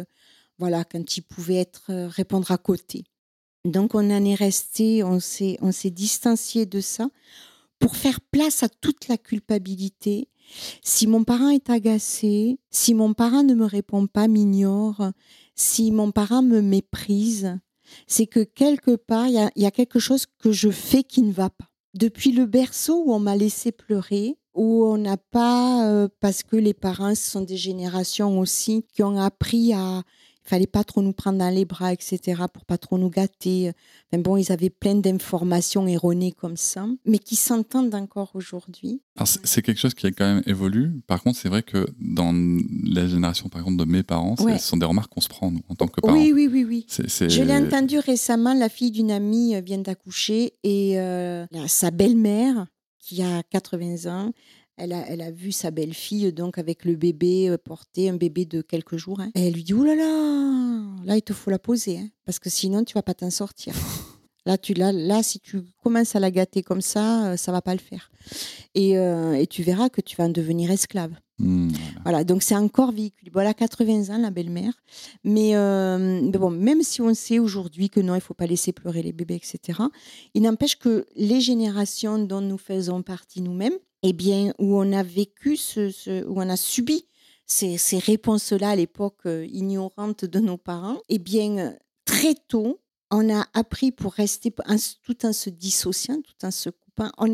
ils pouvaient répondre à côté. Donc on en est resté, on s'est distancié de ça pour faire place à toute la culpabilité. Si mon parent est agacé, si mon parent ne me répond pas, m'ignore, si mon parent me méprise, c'est que quelque part, il y a quelque chose que je fais qui ne va pas. Depuis le berceau où on m'a laissé pleurer, où on n'a pas, parce que les parents, ce sont des générations aussi qui ont appris il fallait pas trop nous prendre dans les bras, etc., pour pas trop nous gâter. Enfin bon, ils avaient plein d'informations erronées comme ça, mais qui s'entendent encore aujourd'hui. Alors c'est quelque chose qui a quand même évolué. Par contre, c'est vrai que dans la génération, par exemple, de mes parents, ce sont des remarques qu'on se prend, nous, en tant que parents. Oui. Je l'ai entendu récemment, la fille d'une amie vient d'accoucher et sa belle-mère, qui a 80 ans, elle a vu sa belle-fille donc avec le bébé porté, un bébé de quelques jours. Hein. Et elle lui dit « Ouh là là, il te faut la poser, hein, parce que sinon tu vas pas t'en sortir. » Là, si tu commences à la gâter comme ça va pas le faire. Et tu verras que tu vas en devenir esclave. Voilà, donc c'est encore véhiculé. Bon, elle a 80 ans, la belle-mère. Mais bon, même si on sait aujourd'hui que non, il ne faut pas laisser pleurer les bébés, etc., il n'empêche que les générations dont nous faisons partie nous-mêmes, eh bien, où on a vécu, où on a subi ces réponses-là à l'époque ignorantes de nos parents, eh bien, très tôt, on a appris pour rester, tout en se dissociant, tout en se coupant, on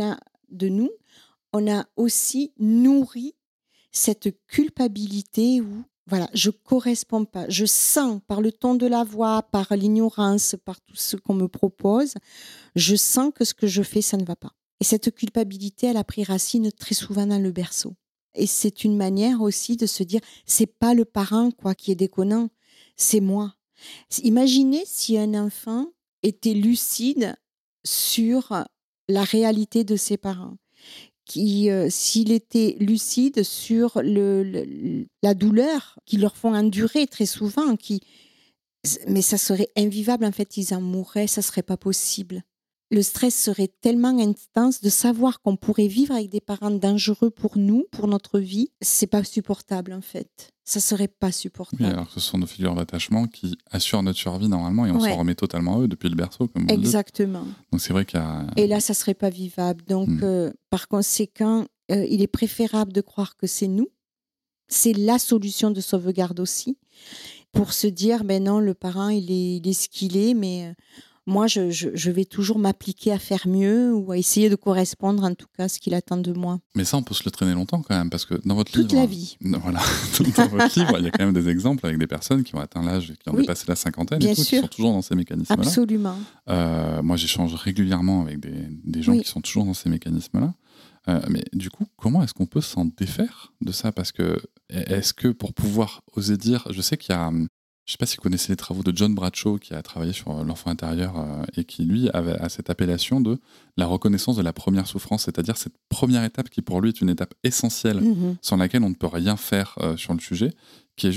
a aussi nourri cette culpabilité où, voilà, je corresponds pas. Je sens par le ton de la voix, par l'ignorance, par tout ce qu'on me propose, je sens que ce que je fais, ça ne va pas. Et cette culpabilité, elle a pris racine très souvent dans le berceau. Et c'est une manière aussi de se dire, c'est pas le parent qui est déconnant, c'est moi. Imaginez si un enfant était lucide sur la réalité de ses parents, s'il était lucide sur la douleur qu'ils leur font endurer très souvent, mais ça serait invivable, en fait, ils en mourraient, ça serait pas possible. Le stress serait tellement intense de savoir qu'on pourrait vivre avec des parents dangereux pour nous, pour notre vie. C'est pas supportable, en fait. Ça serait pas supportable. Oui, alors que ce sont nos figures d'attachement qui assurent notre survie normalement et on s'en remet totalement à eux depuis le berceau, comme vous le dites. Exactement. Donc c'est vrai qu'il y a... Et là, ça serait pas vivable. Donc, par conséquent, il est préférable de croire que c'est nous. C'est la solution de sauvegarde aussi. Pour se dire, ben non, le parent, il est ce qu'il est, mais... moi, je vais toujours m'appliquer à faire mieux ou à essayer de correspondre, en tout cas, à ce qu'il attend de moi. Mais ça, on peut se le traîner longtemps quand même, parce que dans votre livre... Toute la vie. Voilà, dans votre livre, il y a quand même des exemples avec des personnes qui ont atteint l'âge, qui ont dépassé la cinquantaine et tout, qui sont toujours dans ces mécanismes-là. Absolument. Moi, j'échange régulièrement avec des gens qui sont toujours dans ces mécanismes-là. Mais du coup, comment est-ce qu'on peut s'en défaire de ça ? Parce que, est-ce que pour pouvoir oser dire... Je sais qu'il y a... Je ne sais pas si vous connaissez les travaux de John Bradshaw, qui a travaillé sur l'enfant intérieur et qui, lui, a cette appellation de la reconnaissance de la première souffrance, c'est-à-dire cette première étape qui, pour lui, est une étape essentielle sans laquelle on ne peut rien faire sur le sujet, qui est juste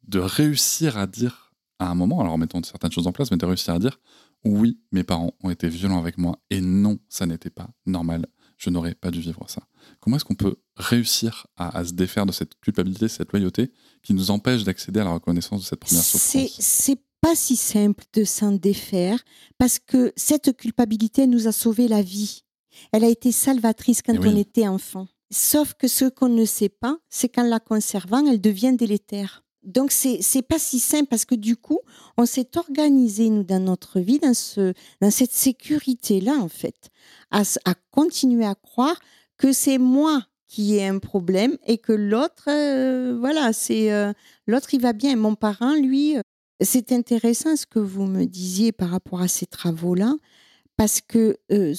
de réussir à dire à un moment, alors en mettant certaines choses en place, mais de réussir à dire oui, mes parents ont été violents avec moi et non, ça n'était pas normal. Je n'aurais pas dû vivre ça. Comment est-ce qu'on peut réussir à se défaire de cette culpabilité, cette loyauté qui nous empêche d'accéder à la reconnaissance de cette première souffrance ? C'est pas si simple de s'en défaire parce que cette culpabilité nous a sauvé la vie. Elle a été salvatrice quand on était enfant. Sauf que ce qu'on ne sait pas, c'est qu'en la conservant, elle devient délétère. Donc, c'est pas si simple parce que du coup, on s'est organisé, nous, dans notre vie, dans cette sécurité-là, en fait, à continuer à croire que c'est moi qui ai un problème et que l'autre, l'autre, il va bien. Mon parent, lui, c'est intéressant ce que vous me disiez par rapport à ces travaux-là, parce que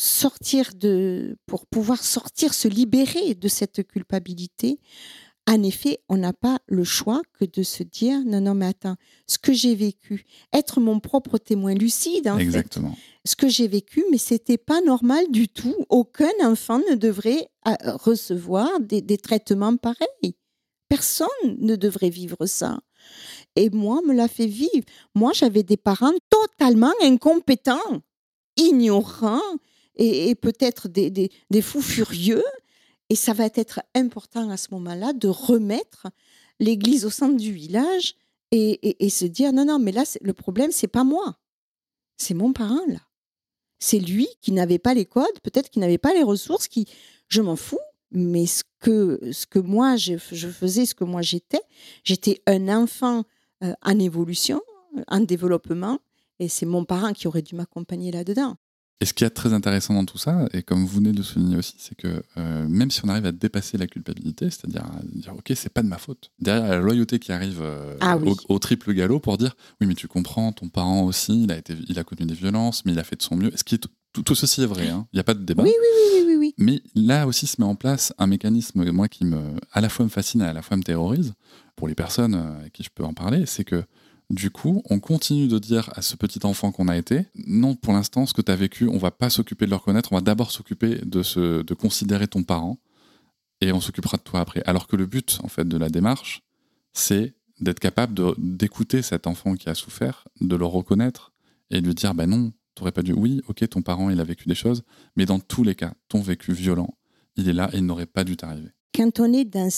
pour pouvoir sortir, se libérer de cette culpabilité, en effet, on n'a pas le choix que de se dire non, mais attends, ce que j'ai vécu, être mon propre témoin lucide, en Exactement. fait. Ce que j'ai vécu, mais c'était pas normal du tout. Aucun enfant ne devrait recevoir des traitements pareils. Personne ne devrait vivre ça. Et moi, on me l'a fait vivre. Moi, j'avais des parents totalement incompétents, ignorants et peut-être des fous furieux. Et ça va être important à ce moment-là de remettre l'église au centre du village et se dire non, mais là, le problème, c'est pas moi. C'est mon parent, là. C'est lui qui n'avait pas les codes, peut-être qu'il n'avait pas les ressources, je m'en fous, mais ce que moi je faisais, ce que moi j'étais un enfant en évolution, en développement, et c'est mon parent qui aurait dû m'accompagner là-dedans. Et ce qui est très intéressant dans tout ça, et comme vous venez de le souligner aussi, c'est que même si on arrive à dépasser la culpabilité, c'est-à-dire à dire ok, c'est pas de ma faute, derrière la loyauté qui arrive au triple galop pour dire oui, mais tu comprends, ton parent aussi, il a connu des violences, mais il a fait de son mieux. Ce qui est tout ceci est vrai, il n'y a pas de débat. Oui. Mais là aussi se met en place un mécanisme, moi, qui à la fois me fascine et à la fois me terrorise, pour les personnes à qui je peux en parler, c'est que du coup, on continue de dire à ce petit enfant qu'on a été, non, pour l'instant, ce que tu as vécu, on va pas s'occuper de le reconnaître, on va d'abord s'occuper de considérer ton parent, et on s'occupera de toi après. Alors que le but, en fait, de la démarche, c'est d'être capable d'écouter cet enfant qui a souffert, de le reconnaître, et de lui dire, non, t'aurais pas dû, oui, ok, ton parent, il a vécu des choses, mais dans tous les cas, ton vécu violent, il est là et il n'aurait pas dû t'arriver. Quand on est dans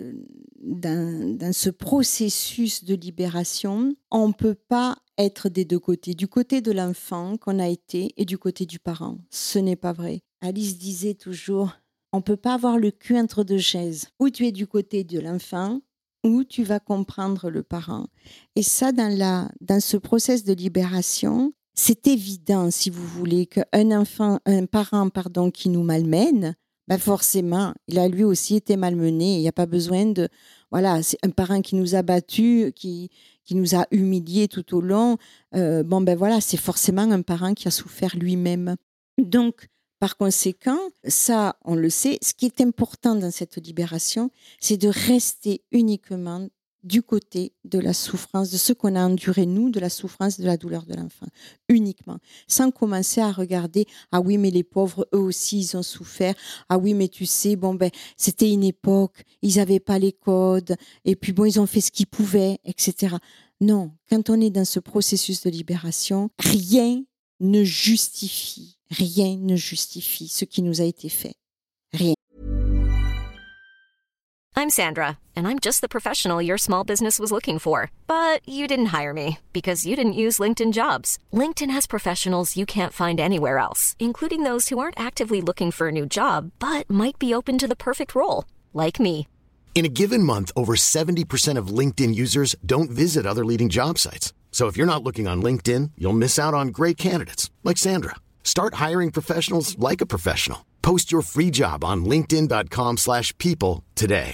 ce processus de libération, on ne peut pas être des deux côtés. Du côté de l'enfant qu'on a été et du côté du parent. Ce n'est pas vrai. Alice disait toujours, on ne peut pas avoir le cul entre deux chaises. Ou tu es du côté de l'enfant, ou tu vas comprendre le parent. Et ça, dans ce processus de libération, c'est évident, si vous voulez, qu'un parent qui nous malmène, forcément, il a lui aussi été malmené. Il n'y a pas besoin de... Voilà, c'est un parent qui nous a battus, qui nous a humiliés tout au long. C'est forcément un parent qui a souffert lui-même. Donc, par conséquent, ça, on le sait, ce qui est important dans cette libération, c'est de rester uniquement du côté de la souffrance, de ce qu'on a enduré, nous, de la souffrance, de la douleur de l'enfant, uniquement, sans commencer à regarder, ah oui, mais les pauvres, eux aussi, ils ont souffert, ah oui, mais tu sais, c'était une époque, ils n'avaient pas les codes, et puis ils ont fait ce qu'ils pouvaient, etc. Non, quand on est dans ce processus de libération, rien ne justifie ce qui nous a été fait. Rien. I'm Sandra, and I'm just the professional your small business was looking for. But you didn't hire me because you didn't use LinkedIn Jobs. LinkedIn has professionals you can't find anywhere else, including those who aren't actively looking for a new job, but might be open to the perfect role, like me. In a given month, over 70% of LinkedIn users don't visit other leading job sites. So if you're not looking on LinkedIn, you'll miss out on great candidates, like Sandra. Start hiring professionals like a professional. Post your free job on linkedin.com/people today.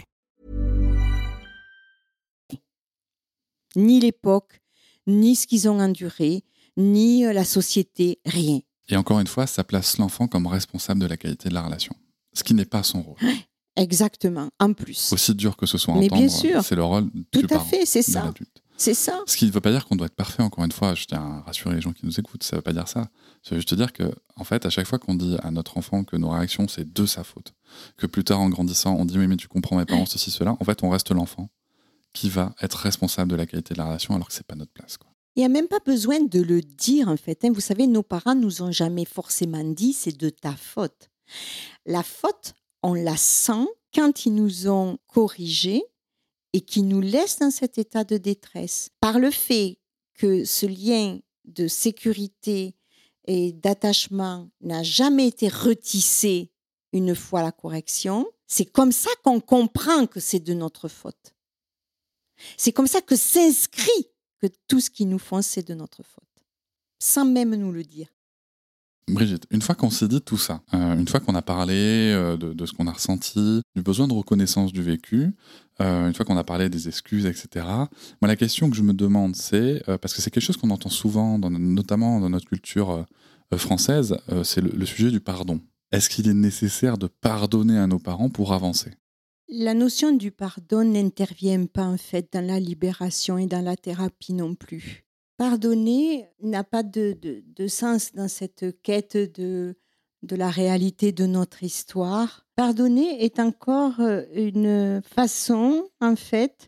Ni l'époque, ni ce qu'ils ont enduré, ni la société, rien. Et encore une fois, ça place l'enfant comme responsable de la qualité de la relation, ce qui n'est pas son rôle. Exactement, en plus. Aussi dur que ce soit à mais entendre, bien sûr. C'est le rôle Tout du à parent, fait, c'est de ça. l'adulte. C'est ça. Ce qui ne veut pas dire qu'on doit être parfait, encore une fois, je tiens à rassurer les gens qui nous écoutent, ça ne veut pas dire ça. Ça veut juste dire que, en fait, à chaque fois qu'on dit à notre enfant que nos réactions, c'est de sa faute, que plus tard, en grandissant, on dit « oui, mais tu comprends mes parents, ceci, cela », en fait, on reste l'enfant qui va être responsable de la qualité de la relation alors que c'est pas notre place, quoi. Il n'y a même pas besoin de le dire, en fait. Vous savez, nos parents nous ont jamais forcément dit « c'est de ta faute ». La faute, on la sent quand ils nous ont corrigés et qu'ils nous laissent dans cet état de détresse. Par le fait que ce lien de sécurité et d'attachement n'a jamais été retissé une fois la correction, c'est comme ça qu'on comprend que c'est de notre faute. C'est comme ça que s'inscrit que tout ce qu'ils nous font, c'est de notre faute, sans même nous le dire. Brigitte, une fois qu'on s'est dit tout ça, une fois qu'on a parlé de ce qu'on a ressenti, du besoin de reconnaissance du vécu, une fois qu'on a parlé des excuses, etc., moi la question que je me demande, c'est, parce que c'est quelque chose qu'on entend souvent, notamment dans notre culture française, c'est le sujet du pardon. Est-ce qu'il est nécessaire de pardonner à nos parents pour avancer ? La notion du pardon n'intervient pas en fait dans la libération et dans la thérapie non plus. Pardonner n'a pas de sens dans cette quête de la réalité de notre histoire. Pardonner est encore une façon en fait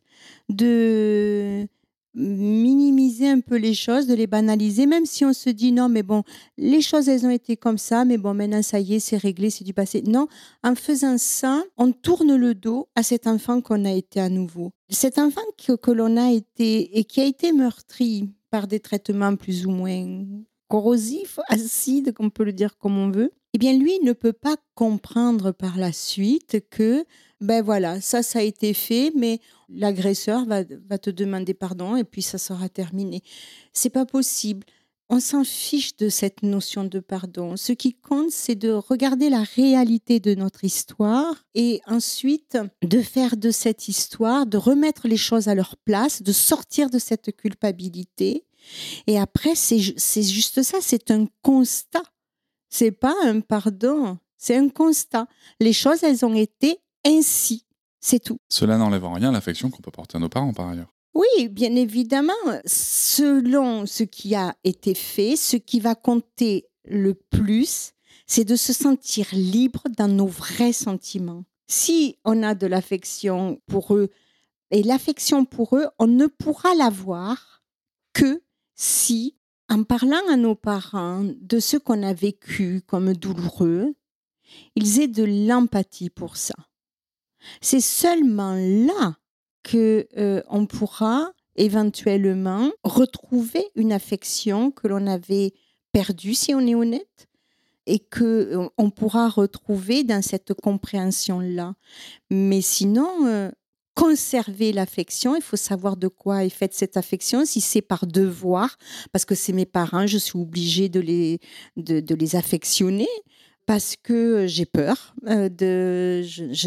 de minimiser un peu les choses, de les banaliser, même si on se dit non mais bon, les choses elles ont été comme ça, mais bon maintenant ça y est, c'est réglé, c'est du passé. Non, en faisant ça, on tourne le dos à cet enfant qu'on a été à nouveau. Cet enfant que l'on a été et qui a été meurtri par des traitements plus ou moins corrosifs, acides, qu'on peut le dire comme on veut, eh bien lui ne peut pas comprendre par la suite que ben voilà, ça a été fait, mais l'agresseur va te demander pardon et puis ça sera terminé. C'est pas possible. On s'en fiche de cette notion de pardon. Ce qui compte, c'est de regarder la réalité de notre histoire et ensuite de faire de cette histoire, de remettre les choses à leur place, de sortir de cette culpabilité. Et après, c'est juste ça, c'est un constat. C'est pas un pardon, c'est un constat. Les choses, elles ont été ainsi, c'est tout. Cela n'enlève en rien l'affection qu'on peut porter à nos parents, par ailleurs. Oui, bien évidemment, selon ce qui a été fait, ce qui va compter le plus, c'est de se sentir libre dans nos vrais sentiments. Si on a de l'affection pour eux, et l'affection pour eux, on ne pourra l'avoir que si, en parlant à nos parents de ce qu'on a vécu comme douloureux, ils aient de l'empathie pour ça. C'est seulement là qu'on pourra éventuellement retrouver une affection que l'on avait perdue, si on est honnête, et qu'on pourra retrouver dans cette compréhension-là. Mais sinon, conserver l'affection, il faut savoir de quoi est faite cette affection, si c'est par devoir, parce que c'est mes parents, je suis obligée de les affectionner, parce que j'ai peur je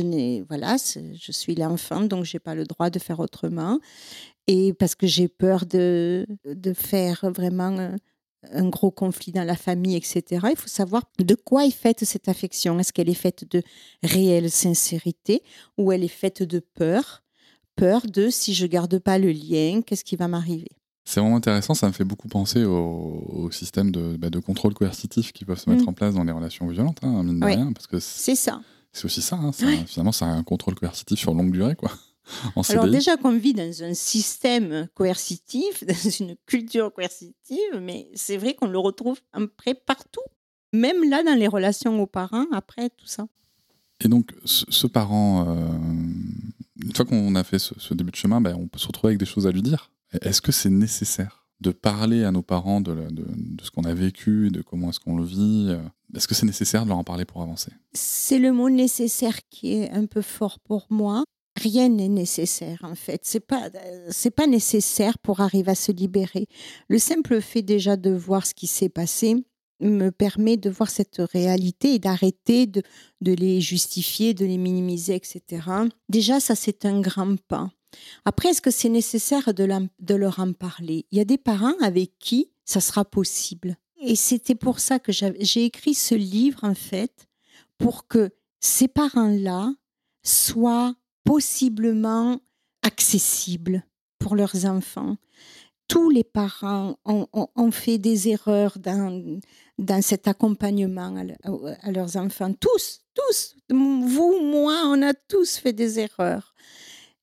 suis l'enfant, donc j'ai pas le droit de faire autrement, et parce que j'ai peur de faire vraiment un gros conflit dans la famille, etc. Il faut savoir de quoi est faite cette affection. Est-ce qu'elle est faite de réelle sincérité ou elle est faite de peur de si je garde pas le lien, qu'est-ce qui va m'arriver? C'est vraiment intéressant, ça me fait beaucoup penser au système de contrôle coercitif qui peuvent se mettre en place dans les relations violentes, hein, mine de rien, parce que c'est ça. C'est aussi ça, hein, finalement c'est un contrôle coercitif sur longue durée, quoi. Alors déjà qu'on vit dans un système coercitif, dans une culture coercitive, mais c'est vrai qu'on le retrouve après partout, même là dans les relations aux parents, après tout ça. Et donc ce parent, une fois qu'on a fait ce début de chemin, on peut se retrouver avec des choses à lui dire. Est-ce que c'est nécessaire de parler à nos parents de ce qu'on a vécu, de comment est-ce qu'on le vit? Est-ce que c'est nécessaire de leur en parler pour avancer? C'est le mot nécessaire qui est un peu fort pour moi. Rien n'est nécessaire en fait. C'est pas nécessaire pour arriver à se libérer. Le simple fait déjà de voir ce qui s'est passé me permet de voir cette réalité et d'arrêter de les justifier, de les minimiser, etc. Déjà, ça c'est un grand pas. Après, est-ce que c'est nécessaire de leur en parler? Il y a des parents avec qui ça sera possible. Et c'était pour ça que j'ai écrit ce livre, en fait, pour que ces parents-là soient possiblement accessibles pour leurs enfants. Tous les parents ont fait des erreurs dans cet accompagnement à leurs enfants. Tous, vous, moi, on a tous fait des erreurs.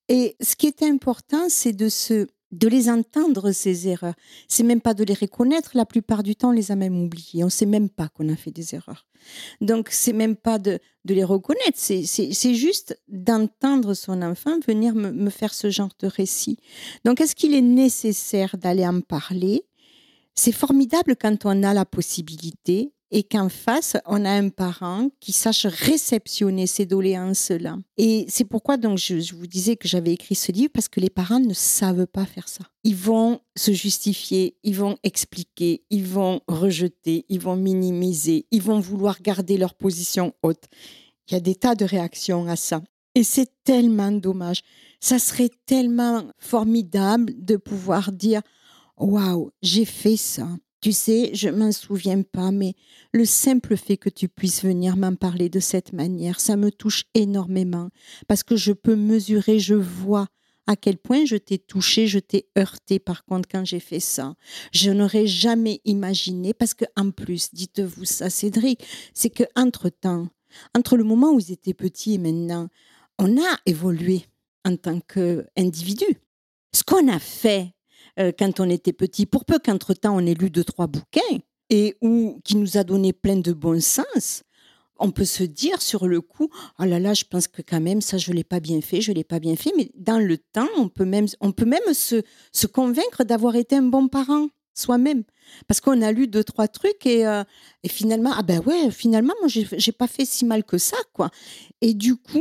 Et ce qui est important, c'est de les entendre, ces erreurs. C'est même pas de les reconnaître. La plupart du temps, on les a même oubliées. On sait même pas qu'on a fait des erreurs. Donc, c'est même pas de les reconnaître. C'est juste d'entendre son enfant venir me faire ce genre de récit. Donc, est-ce qu'il est nécessaire d'aller en parler ? C'est formidable quand on a la possibilité et qu'en face, on a un parent qui sache réceptionner ces doléances-là. Et c'est pourquoi donc je vous disais que j'avais écrit ce livre, parce que les parents ne savent pas faire ça. Ils vont se justifier, ils vont expliquer, ils vont rejeter, ils vont minimiser, ils vont vouloir garder leur position haute. Il y a des tas de réactions à ça. Et c'est tellement dommage. Ça serait tellement formidable de pouvoir dire « Waouh, j'ai fait ça ». Tu sais, je ne m'en souviens pas, mais le simple fait que tu puisses venir m'en parler de cette manière, ça me touche énormément parce que je peux mesurer, je vois à quel point je t'ai touché, je t'ai heurté par contre quand j'ai fait ça. Je n'aurais jamais imaginé, parce qu'en plus, dites-vous ça Cédric, c'est qu'entre-temps, entre le moment où ils étaient petits et maintenant, on a évolué en tant qu'individu. Ce qu'on a fait quand on était petit, pour peu qu'entre-temps on ait lu 2-3 bouquins et qui nous a donné plein de bon sens, on peut se dire sur le coup, oh là là, je pense que quand même ça je l'ai pas bien fait, mais dans le temps on peut même se convaincre d'avoir été un bon parent soi-même, parce qu'on a lu 2-3 trucs et finalement finalement moi j'ai pas fait si mal que ça quoi. Et du coup,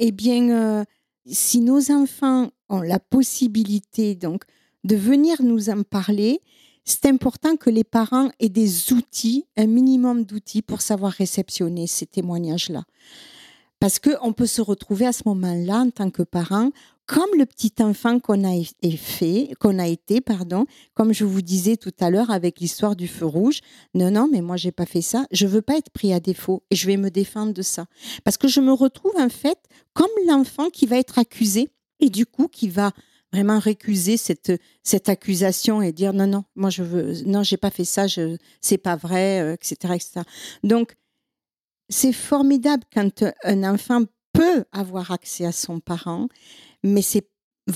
si nos enfants ont la possibilité donc de venir nous en parler, c'est important que les parents aient des outils, un minimum d'outils pour savoir réceptionner ces témoignages-là. Parce qu'on peut se retrouver à ce moment-là, en tant que parent, comme le petit enfant qu'on a été, comme je vous disais tout à l'heure avec l'histoire du feu rouge. Non, mais moi, j'ai pas fait ça. Je veux pas être pris à défaut et je vais me défendre de ça. Parce que je me retrouve, en fait, comme l'enfant qui va être accusé et du coup, qui va vraiment récuser cette accusation et dire non, moi j'ai pas fait ça, c'est pas vrai, etc., etc. Donc, c'est formidable quand un enfant peut avoir accès à son parent, mais c'est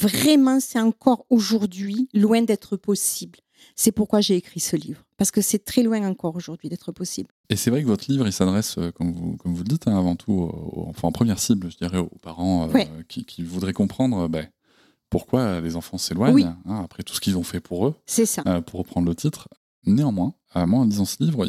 encore aujourd'hui loin d'être possible. C'est pourquoi j'ai écrit ce livre, parce que c'est très loin encore aujourd'hui d'être possible. Et c'est vrai que votre livre, il s'adresse, comme vous le dites, avant tout, en première cible, je dirais, aux parents qui voudraient comprendre pourquoi les enfants s'éloignent, après tout ce qu'ils ont fait pour eux, c'est ça. Pour reprendre le titre. Néanmoins, moi, en lisant ce livre,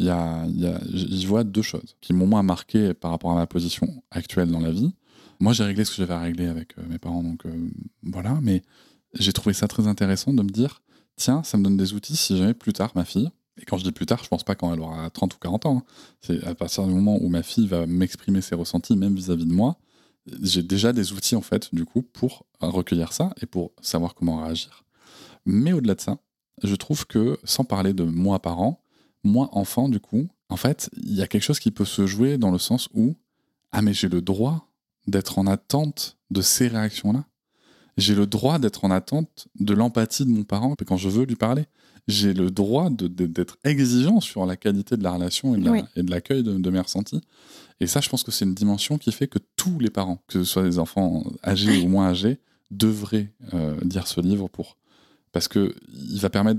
j'y vois 2 choses qui m'ont moins marqué par rapport à ma position actuelle dans la vie. Moi, j'ai réglé ce que j'avais à régler avec mes parents, donc voilà. Mais j'ai trouvé ça très intéressant de me dire, tiens, ça me donne des outils si jamais plus tard, ma fille, et quand je dis plus tard, je pense pas quand elle aura 30 ou 40 ans, c'est à partir du moment où ma fille va m'exprimer ses ressentis, même vis-à-vis de moi, j'ai déjà des outils, en fait, du coup, pour recueillir ça et pour savoir comment réagir. Mais au-delà de ça, je trouve que, sans parler de moi parent, moi enfant, du coup, en fait, il y a quelque chose qui peut se jouer dans le sens où, mais j'ai le droit d'être en attente de ces réactions-là. J'ai le droit d'être en attente de l'empathie de mon parent quand je veux lui parler. J'ai le droit d'être exigeant sur la qualité de la relation et de l'accueil de mes ressentis. Et ça, je pense que c'est une dimension qui fait que tous les parents, que ce soit des enfants âgés ou moins âgés, devraient lire ce livre parce qu'il va permettre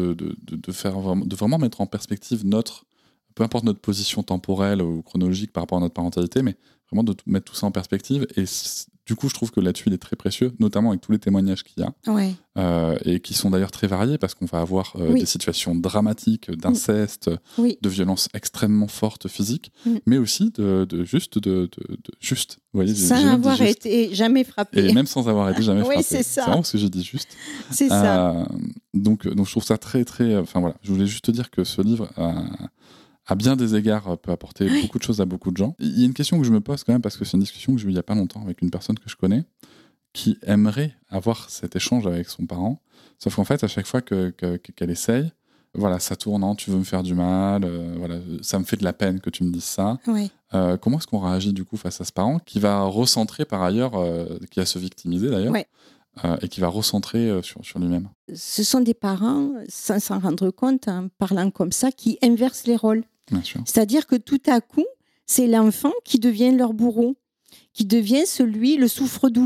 de vraiment mettre en perspective peu importe notre position temporelle ou chronologique par rapport à notre parentalité, mais vraiment de mettre tout ça en perspective. Et du coup, je trouve que là-dessus, il est très précieux, notamment avec tous les témoignages qu'il y a, et qui sont d'ailleurs très variés, parce qu'on va avoir des situations dramatiques, d'inceste, de violences extrêmement fortes physiques, mais aussi de juste. Vous voyez, sans avoir été jamais frappé. Et même sans avoir été jamais frappé. C'est ça. C'est vraiment ce que j'ai dit juste. C'est ça. Donc, je trouve ça très, très... Enfin voilà, je voulais juste te dire que ce livre... à bien des égards, peut apporter beaucoup de choses à beaucoup de gens. Il y a une question que je me pose quand même, parce que c'est une discussion que j'ai eue il n'y a pas longtemps avec une personne que je connais, qui aimerait avoir cet échange avec son parent, sauf qu'en fait, à chaque fois qu'elle essaye, voilà, ça tourne, tu veux me faire du mal, voilà, ça me fait de la peine que tu me dises ça. Comment est-ce qu'on réagit du coup face à ce parent qui va recentrer par ailleurs, qui va se victimiser d'ailleurs, et qui va recentrer sur lui-même? Ce sont des parents, sans s'en rendre compte, en parlant comme ça, qui inversent les rôles. Bien sûr. C'est-à-dire que tout à coup, c'est l'enfant qui devient leur bourreau, qui devient le souffre-douleur.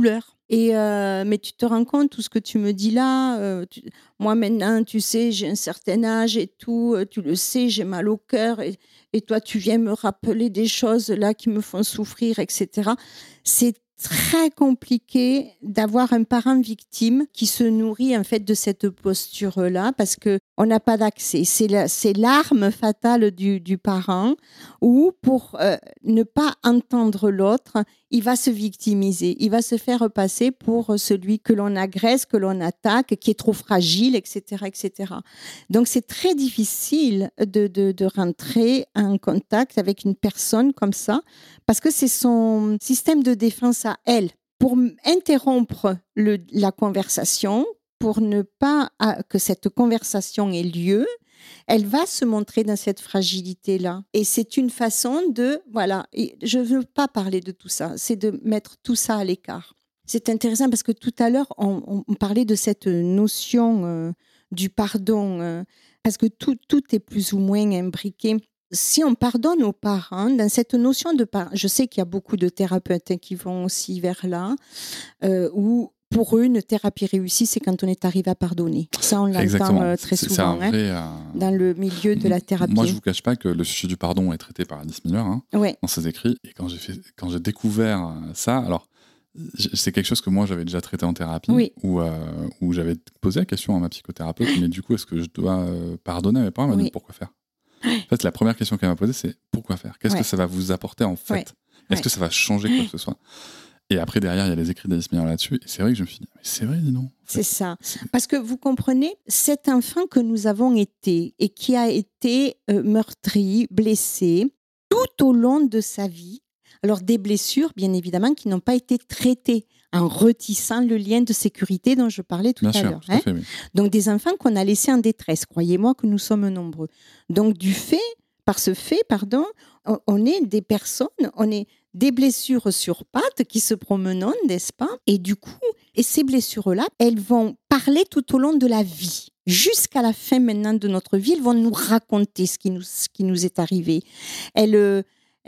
Mais tu te rends compte, tout ce que tu me dis là, moi maintenant, tu sais, j'ai un certain âge et tout, tu le sais, j'ai mal au cœur et toi, tu viens me rappeler des choses là qui me font souffrir, etc. C'est très compliqué d'avoir un parent victime qui se nourrit en fait de cette posture-là parce que on n'a pas d'accès. C'est l'arme fatale du parent où pour ne pas entendre l'autre, il va se victimiser, il va se faire passer pour celui que l'on agresse, que l'on attaque, qui est trop fragile, etc., etc. Donc c'est très difficile de rentrer en contact avec une personne comme ça parce que c'est son système de défense à elle. Pour interrompre la conversation, pour ne pas que cette conversation ait lieu, elle va se montrer dans cette fragilité-là. Et c'est une façon voilà, et je ne veux pas parler de tout ça, c'est de mettre tout ça à l'écart. C'est intéressant parce que tout à l'heure, on parlait de cette notion du pardon, parce que tout est plus ou moins imbriqué. Si on pardonne aux parents, dans cette notion de pardon, je sais qu'il y a beaucoup de thérapeutes qui vont aussi vers là, où pour eux, une thérapie réussie, c'est quand on est arrivé à pardonner. Ça, on l'entend très souvent dans le milieu de la thérapie. Moi, je ne vous cache pas que le sujet du pardon est traité par Alice Miller dans ses écrits. Et quand j'ai découvert ça, alors c'est quelque chose que moi, j'avais déjà traité en thérapie, où j'avais posé la question à ma psychothérapeute, mais du coup, est-ce que je dois pardonner à mes parents ? Elle m'a dit pourquoi faire ? En fait, la première question qu'elle m'a posée, c'est pourquoi faire ? Qu'est-ce que ça va vous apporter en fait ? Est-ce que ça va changer quoi que ce soit ? Et après, derrière, il y a les écrits d'Alice Miller là-dessus. Et c'est vrai que je me suis dit, mais c'est vrai, dis donc. C'est ça. Parce que vous comprenez, cet enfant que nous avons été et qui a été meurtri, blessé, tout au long de sa vie, alors des blessures, bien évidemment, qui n'ont pas été traitées en retissant le lien de sécurité dont je parlais tout à l'heure. Fait, oui. Donc des enfants qu'on a laissés en détresse. Croyez-moi que nous sommes nombreux. Donc par ce fait, on est des personnes, on est des blessures sur pattes qui se promènent, n'est-ce pas ? Et du coup, ces blessures-là, elles vont parler tout au long de la vie. Jusqu'à la fin maintenant de notre vie, elles vont nous raconter ce qui nous est arrivé. Elles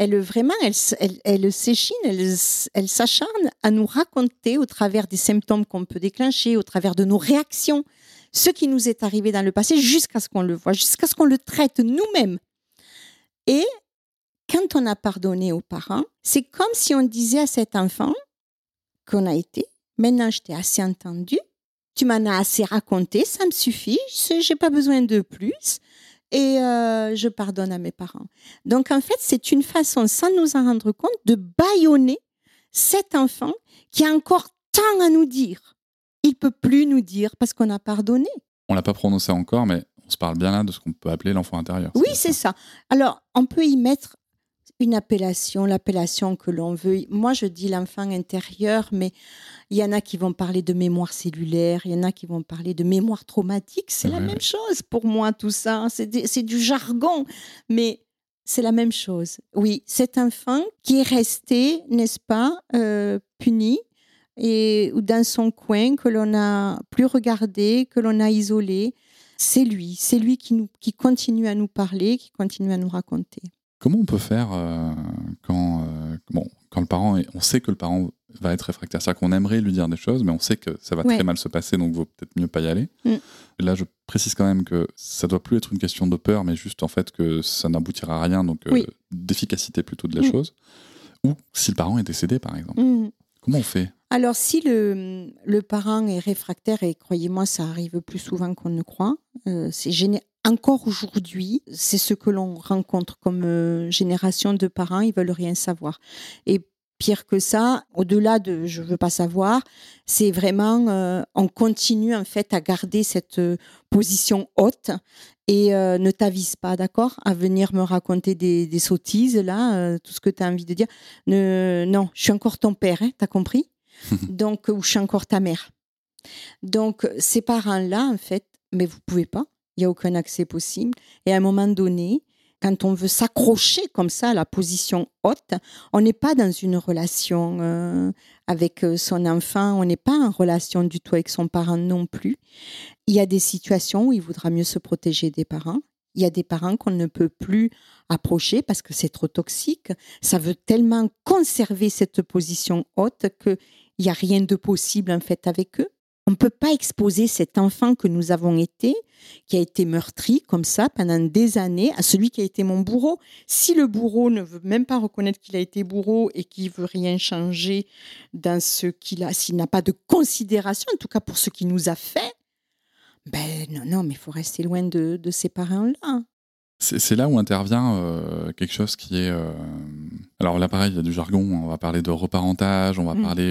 s'échinent, elles s'acharnent à nous raconter au travers des symptômes qu'on peut déclencher, au travers de nos réactions, ce qui nous est arrivé dans le passé jusqu'à ce qu'on le voit, jusqu'à ce qu'on le traite nous-mêmes. Et quand on a pardonné aux parents, c'est comme si on disait à cet enfant qu'on a été, maintenant je t'ai assez entendu, tu m'en as assez raconté, ça me suffit, j'ai pas besoin de plus et je pardonne à mes parents. Donc en fait, c'est une façon, sans nous en rendre compte, de bâillonner cet enfant qui a encore tant à nous dire. Il peut plus nous dire parce qu'on a pardonné. On l'a pas prononcé encore, mais on se parle bien là de ce qu'on peut appeler l'enfant intérieur. Oui, c'est ça. Alors, on peut y mettre une appellation, l'appellation que l'on veut. Moi, je dis l'enfant intérieur, mais il y en a qui vont parler de mémoire cellulaire, il y en a qui vont parler de mémoire traumatique. C'est la même chose pour moi, tout ça. C'est du jargon, mais c'est la même chose. Oui, cet enfant qui est resté, n'est-ce pas, puni, ou dans son coin, que l'on n'a plus regardé, que l'on a isolé, c'est lui qui continue à nous parler, qui continue à nous raconter. Comment on peut faire quand le parent on sait que le parent va être réfractaire, c'est-à-dire qu'on aimerait lui dire des choses, mais on sait que ça va très mal se passer, donc il vaut peut-être mieux pas y aller. Là, je précise quand même que ça doit plus être une question de peur, mais juste en fait que ça n'aboutira à rien, donc d'efficacité plutôt de la chose. Ou si le parent est décédé, par exemple. Comment on fait ? Alors, si le parent est réfractaire, et croyez-moi, ça arrive plus souvent qu'on ne croit, encore aujourd'hui, c'est ce que l'on rencontre comme génération de parents, ils veulent rien savoir. Et pire que ça, au-delà de je veux pas savoir, c'est vraiment on continue en fait à garder cette position haute et ne t'avise pas, d'accord, à venir me raconter des sottises là, tout ce que tu as envie de dire. Non, je suis encore ton père, hein, t'as compris ? Donc, ou je suis encore ta mère. Donc, ces parents-là, en fait, mais vous pouvez pas. Il n'y a aucun accès possible. Et à un moment donné, quand on veut s'accrocher comme ça à la position haute, on n'est pas dans une relation avec son enfant, on n'est pas en relation du tout avec son parent non plus. Il y a des situations où il vaudra mieux se protéger des parents. Il y a des parents qu'on ne peut plus approcher parce que c'est trop toxique. Ça veut tellement conserver cette position haute que Il n'y a rien de possible en fait avec eux. On ne peut pas exposer cet enfant que nous avons été, qui a été meurtri comme ça pendant des années, à celui qui a été mon bourreau. Si le bourreau ne veut même pas reconnaître qu'il a été bourreau et qu'il ne veut rien changer dans ce qu'il a, s'il n'a pas de considération, en tout cas pour ce qu'il nous a fait, non, mais il faut rester loin de ces parents-là. C'est là où intervient quelque chose qui est... Alors là, pareil, il y a du jargon. On va parler de reparentage, on va parler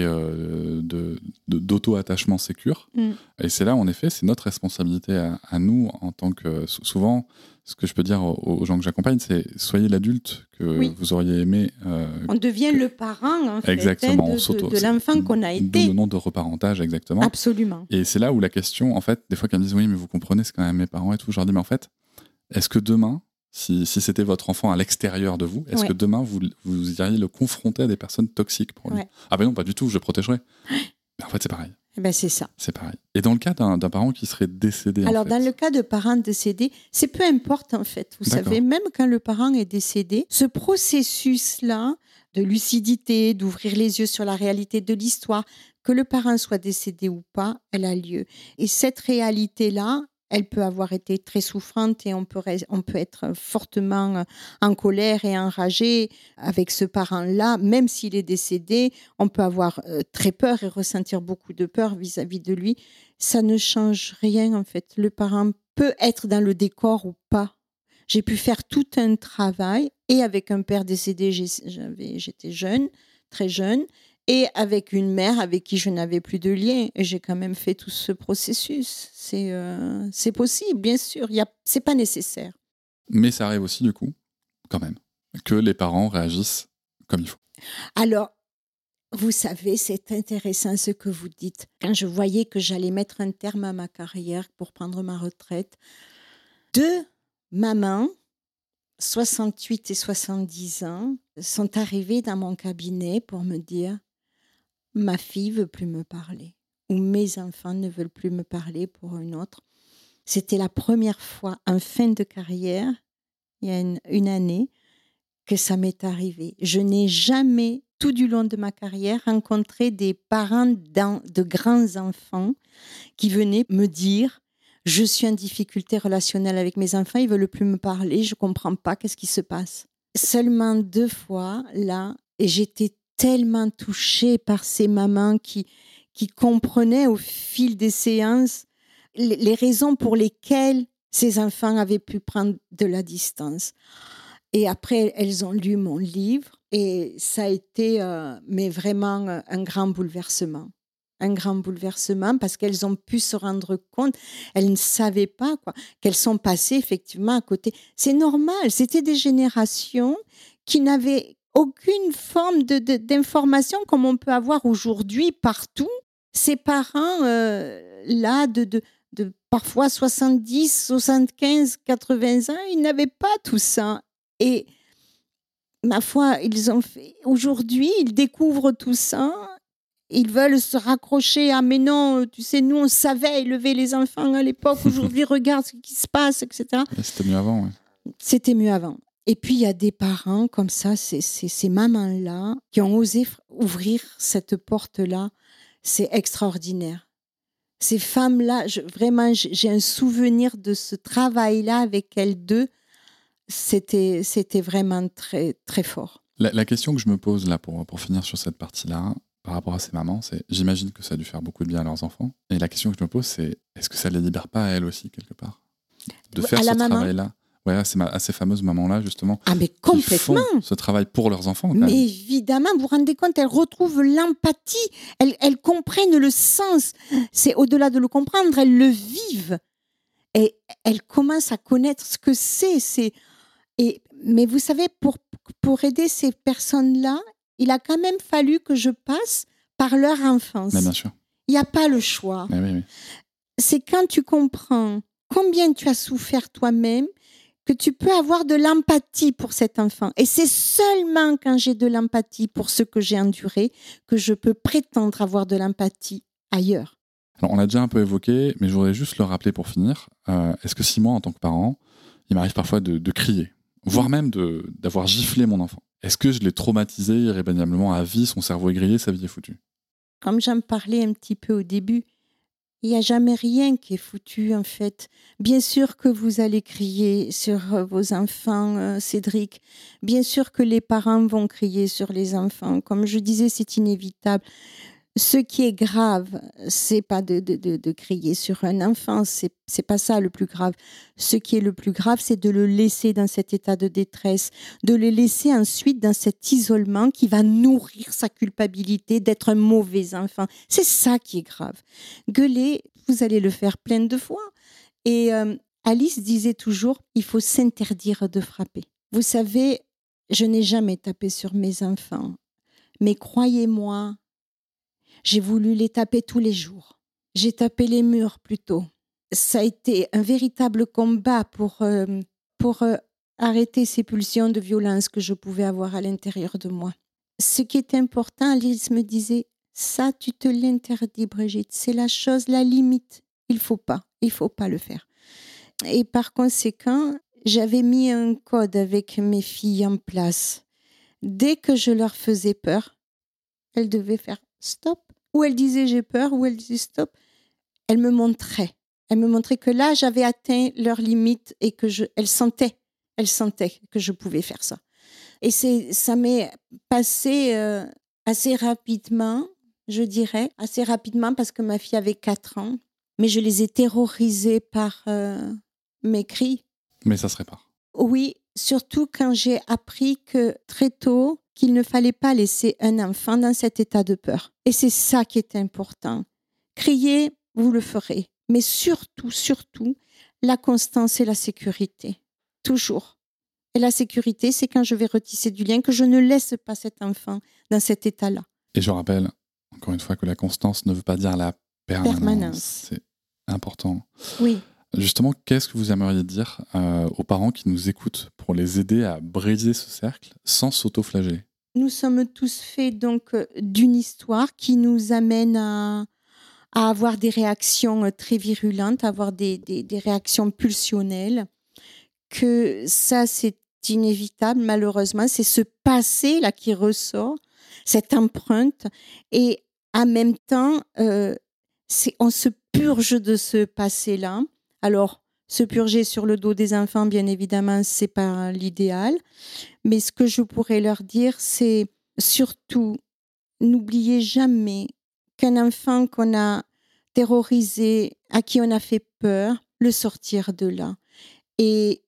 d'auto-attachement sécure. Et c'est là, en effet, c'est notre responsabilité à nous, en tant que... Souvent, ce que je peux dire aux gens que j'accompagne, c'est soyez l'adulte que vous auriez aimé... on devient le parent, en fait, exactement, de l'enfant qu'on a été. D'où le nom de reparentage, exactement. Absolument. Et c'est là où la question, en fait, des fois, qu'elles me disent « Oui, mais vous comprenez, c'est quand même mes parents et tout », je leur dis « Mais en fait, est-ce que demain, si c'était votre enfant à l'extérieur de vous, est-ce que demain, vous iriez le confronter à des personnes toxiques pour lui ? Ah ben non, pas du tout, je le protégerai. » Mais en fait, c'est pareil. C'est ça. C'est pareil. Et dans le cas d'un parent qui serait décédé, alors dans le cas de parents décédés, c'est peu importe en fait. Vous savez, même quand le parent est décédé, ce processus-là de lucidité, d'ouvrir les yeux sur la réalité de l'histoire, que le parent soit décédé ou pas, elle a lieu. Et cette réalité-là, elle peut avoir été très souffrante et on peut être fortement en colère et enragé avec ce parent-là. Même s'il est décédé, on peut avoir très peur et ressentir beaucoup de peur vis-à-vis de lui. Ça ne change rien en fait. Le parent peut être dans le décor ou pas. J'ai pu faire tout un travail et avec un père décédé, j'étais jeune, très jeune. Et avec une mère avec qui je n'avais plus de lien. Et j'ai quand même fait tout ce processus. C'est possible, bien sûr. C'est pas nécessaire. Mais ça arrive aussi, du coup, quand même, que les parents réagissent comme il faut. Alors, vous savez, c'est intéressant ce que vous dites. Quand je voyais que j'allais mettre un terme à ma carrière pour prendre ma retraite, 2 mamans, 68 et 70 ans, sont arrivées dans mon cabinet pour me dire « Ma fille veut plus me parler » ou « Mes enfants ne veulent plus me parler pour une autre ». C'était la première fois en fin de carrière, il y a une année, que ça m'est arrivé. Je n'ai jamais, tout du long de ma carrière, rencontré des parents de grands enfants qui venaient me dire « Je suis en difficulté relationnelle avec mes enfants, ils ne veulent plus me parler, je ne comprends pas, qu'est-ce qui se passe ?» Seulement 2 fois, là, et j'étais tellement touchée par ces mamans qui comprenaient au fil des séances les raisons pour lesquelles ces enfants avaient pu prendre de la distance. Et après, elles ont lu mon livre et ça a été mais vraiment un grand bouleversement. Un grand bouleversement parce qu'elles ont pu se rendre compte, elles ne savaient pas qu'elles sont passées effectivement à côté. C'est normal, c'était des générations qui n'avaient aucune forme d'information comme on peut avoir aujourd'hui partout. Ces parents là de parfois 70, 75, 80 ans, ils n'avaient pas tout ça. Et ma foi, aujourd'hui, ils découvrent tout ça. Ils veulent se raccrocher à « mais non, tu sais, nous, on savait élever les enfants à l'époque. Aujourd'hui, regarde ce qui se passe, etc. » C'était mieux avant, oui. C'était mieux avant. Et puis, il y a des parents comme ça, ces mamans-là, qui ont osé ouvrir cette porte-là. C'est extraordinaire. Ces femmes-là, vraiment, j'ai un souvenir de ce travail-là avec elles deux. C'était vraiment très, très fort. La question que je me pose là pour finir sur cette partie-là, par rapport à ces mamans, c'est j'imagine que ça a dû faire beaucoup de bien à leurs enfants. Et la question que je me pose, c'est est-ce que ça les libère pas à elles aussi, quelque part ? De faire ce travail-là. Ouais, à ces fameuses mamans-là, justement. Ah, mais complètement. Qui font ce travail pour leurs enfants. Mais évidemment, vous vous rendez compte, elles retrouvent l'empathie. Elles comprennent le sens. C'est au-delà de le comprendre, elles le vivent. Et elles commencent à connaître ce que c'est. Mais vous savez, pour aider ces personnes-là, il a quand même fallu que je passe par leur enfance. Mais bien sûr. Il n'y a pas le choix. Mais oui. C'est quand tu comprends combien tu as souffert toi-même que tu peux avoir de l'empathie pour cet enfant. Et c'est seulement quand j'ai de l'empathie pour ce que j'ai enduré que je peux prétendre avoir de l'empathie ailleurs. Alors, on l'a déjà un peu évoqué, mais je voudrais juste le rappeler pour finir. Est-ce que si moi, en tant que parent, il m'arrive parfois de crier, voire même d'avoir giflé mon enfant, est-ce que je l'ai traumatisé irrémédiablement à vie, son cerveau est grillé, sa vie est foutue ? comme j'en parlais un petit peu au début, il n'y a jamais rien qui est foutu, en fait. Bien sûr que vous allez crier sur vos enfants, Cédric. Bien sûr que les parents vont crier sur les enfants. Comme je disais, c'est inévitable. Ce qui est grave, c'est pas de crier sur un enfant, c'est pas ça le plus grave. Ce qui est le plus grave, c'est de le laisser dans cet état de détresse, de le laisser ensuite dans cet isolement qui va nourrir sa culpabilité d'être un mauvais enfant. C'est ça qui est grave. Gueuler, vous allez le faire plein de fois. Et Alice disait toujours, il faut s'interdire de frapper. Vous savez, je n'ai jamais tapé sur mes enfants, mais croyez-moi, j'ai voulu les taper tous les jours. J'ai tapé les murs plutôt. Ça a été un véritable combat pour arrêter ces pulsions de violence que je pouvais avoir à l'intérieur de moi. Ce qui est important, Alice me disait, ça tu te l'interdis Brigitte, c'est la chose, la limite. Il faut pas le faire. Et par conséquent, j'avais mis un code avec mes filles en place. Dès que je leur faisais peur, elles devaient faire stop. Ou elle disait j'ai peur, ou elle disait stop. Elle me montrait que là, j'avais atteint leur limite et que elle sentait que je pouvais faire ça. Et ça m'est passé assez rapidement, je dirais, assez rapidement parce que ma fille avait 4 ans, mais je les ai terrorisées par mes cris. Mais ça se répare. Oui, surtout quand j'ai appris que très tôt, qu'il ne fallait pas laisser un enfant dans cet état de peur. Et c'est ça qui est important. Crier, vous le ferez. Mais surtout, la constance et la sécurité. Toujours. Et la sécurité, c'est quand je vais retisser du lien, que je ne laisse pas cet enfant dans cet état-là. Et je rappelle, encore une fois, que la constance ne veut pas dire la permanence. C'est important. Oui. Justement, qu'est-ce que vous aimeriez dire aux parents qui nous écoutent pour les aider à briser ce cercle sans s'auto-flageller ? Nous sommes tous faits donc d'une histoire qui nous amène à avoir des réactions très virulentes, à avoir des réactions pulsionnelles. Que ça, c'est inévitable, malheureusement. C'est ce passé-là qui ressort, cette empreinte. Et en même temps, on se purge de ce passé-là. Alors, se purger sur le dos des enfants, bien évidemment, c'est pas l'idéal. Mais ce que je pourrais leur dire, c'est surtout, n'oubliez jamais qu'un enfant qu'on a terrorisé, à qui on a fait peur, le sortir de là. Et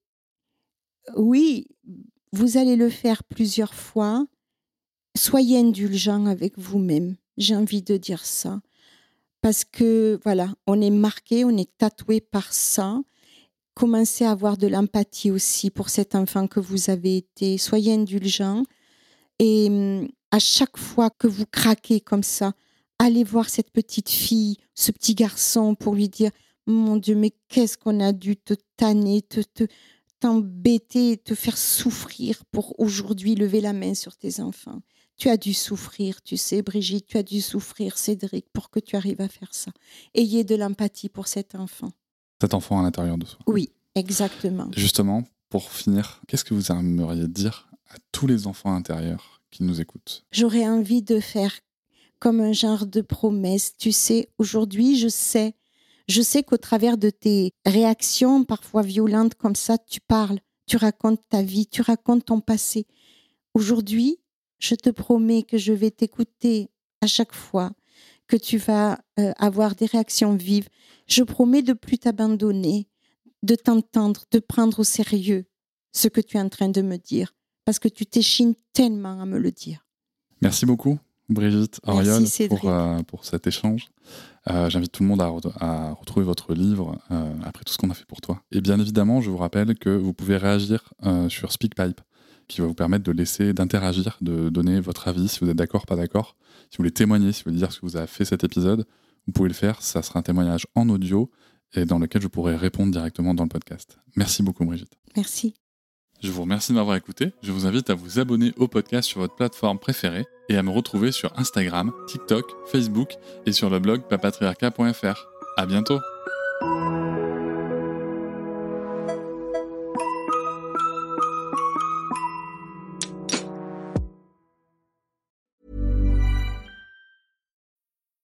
oui, vous allez le faire plusieurs fois. Soyez indulgent avec vous-même. J'ai envie de dire ça. Parce que, voilà, on est marqué, on est tatoué par ça. Commencez à avoir de l'empathie aussi pour cet enfant que vous avez été. Soyez indulgent. Et à chaque fois que vous craquez comme ça, allez voir cette petite fille, ce petit garçon pour lui dire « Mon Dieu, mais qu'est-ce qu'on a dû te tanner, t'embêter, te faire souffrir pour aujourd'hui lever la main sur tes enfants. Tu as dû souffrir, tu sais, Brigitte, tu as dû souffrir, Cédric, pour que tu arrives à faire ça. » Ayez de l'empathie pour cet enfant. Cet enfant à l'intérieur de soi. Oui, exactement. Justement, pour finir, qu'est-ce que vous aimeriez dire à tous les enfants intérieurs qui nous écoutent ? J'aurais envie de faire comme un genre de promesse. Tu sais, aujourd'hui, je sais qu'au travers de tes réactions parfois violentes comme ça, tu parles, tu racontes ta vie, tu racontes ton passé. Aujourd'hui, je te promets que je vais t'écouter à chaque fois que tu vas avoir des réactions vives. Je promets de plus t'abandonner, de t'entendre, de prendre au sérieux ce que tu es en train de me dire, parce que tu t'échines tellement à me le dire. Merci beaucoup, Brigitte Auriol, Cédric, pour cet échange. J'invite tout le monde à retrouver votre livre après tout ce qu'on a fait pour toi. Et bien évidemment, je vous rappelle que vous pouvez réagir sur SpeakPipe, qui va vous permettre d'interagir, de donner votre avis, si vous êtes d'accord, pas d'accord. Si vous voulez témoigner, si vous voulez dire ce que vous avez fait cet épisode, vous pouvez le faire. Ça sera un témoignage en audio et dans lequel je pourrai répondre directement dans le podcast. Merci beaucoup, Brigitte. Merci. Je vous remercie de m'avoir écouté. Je vous invite à vous abonner au podcast sur votre plateforme préférée et à me retrouver sur Instagram, TikTok, Facebook et sur le blog papatriarcat.fr. À bientôt.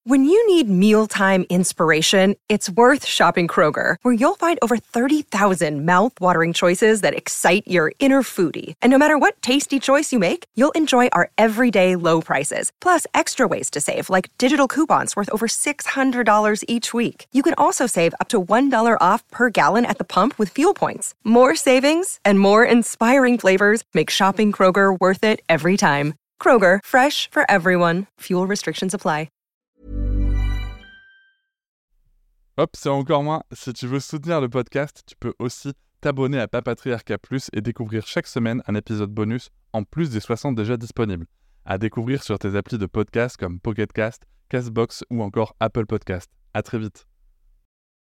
When you need mealtime inspiration, it's worth shopping Kroger, where you'll find over 30,000 mouth-watering choices that excite your inner foodie. And no matter what tasty choice you make, you'll enjoy our everyday low prices, plus extra ways to save, like digital coupons worth over $600 each week. You can also save up to $1 off per gallon at the pump with fuel points. More savings and more inspiring flavors make shopping Kroger worth it every time. Kroger, fresh for everyone. Fuel restrictions apply. Hop, c'est encore moins. Si tu veux soutenir le podcast, tu peux aussi t'abonner à Papatriarcat Plus et découvrir chaque semaine un épisode bonus en plus des 60 déjà disponibles. À découvrir sur tes applis de podcast comme Pocket Cast, Castbox ou encore Apple Podcast. À très vite.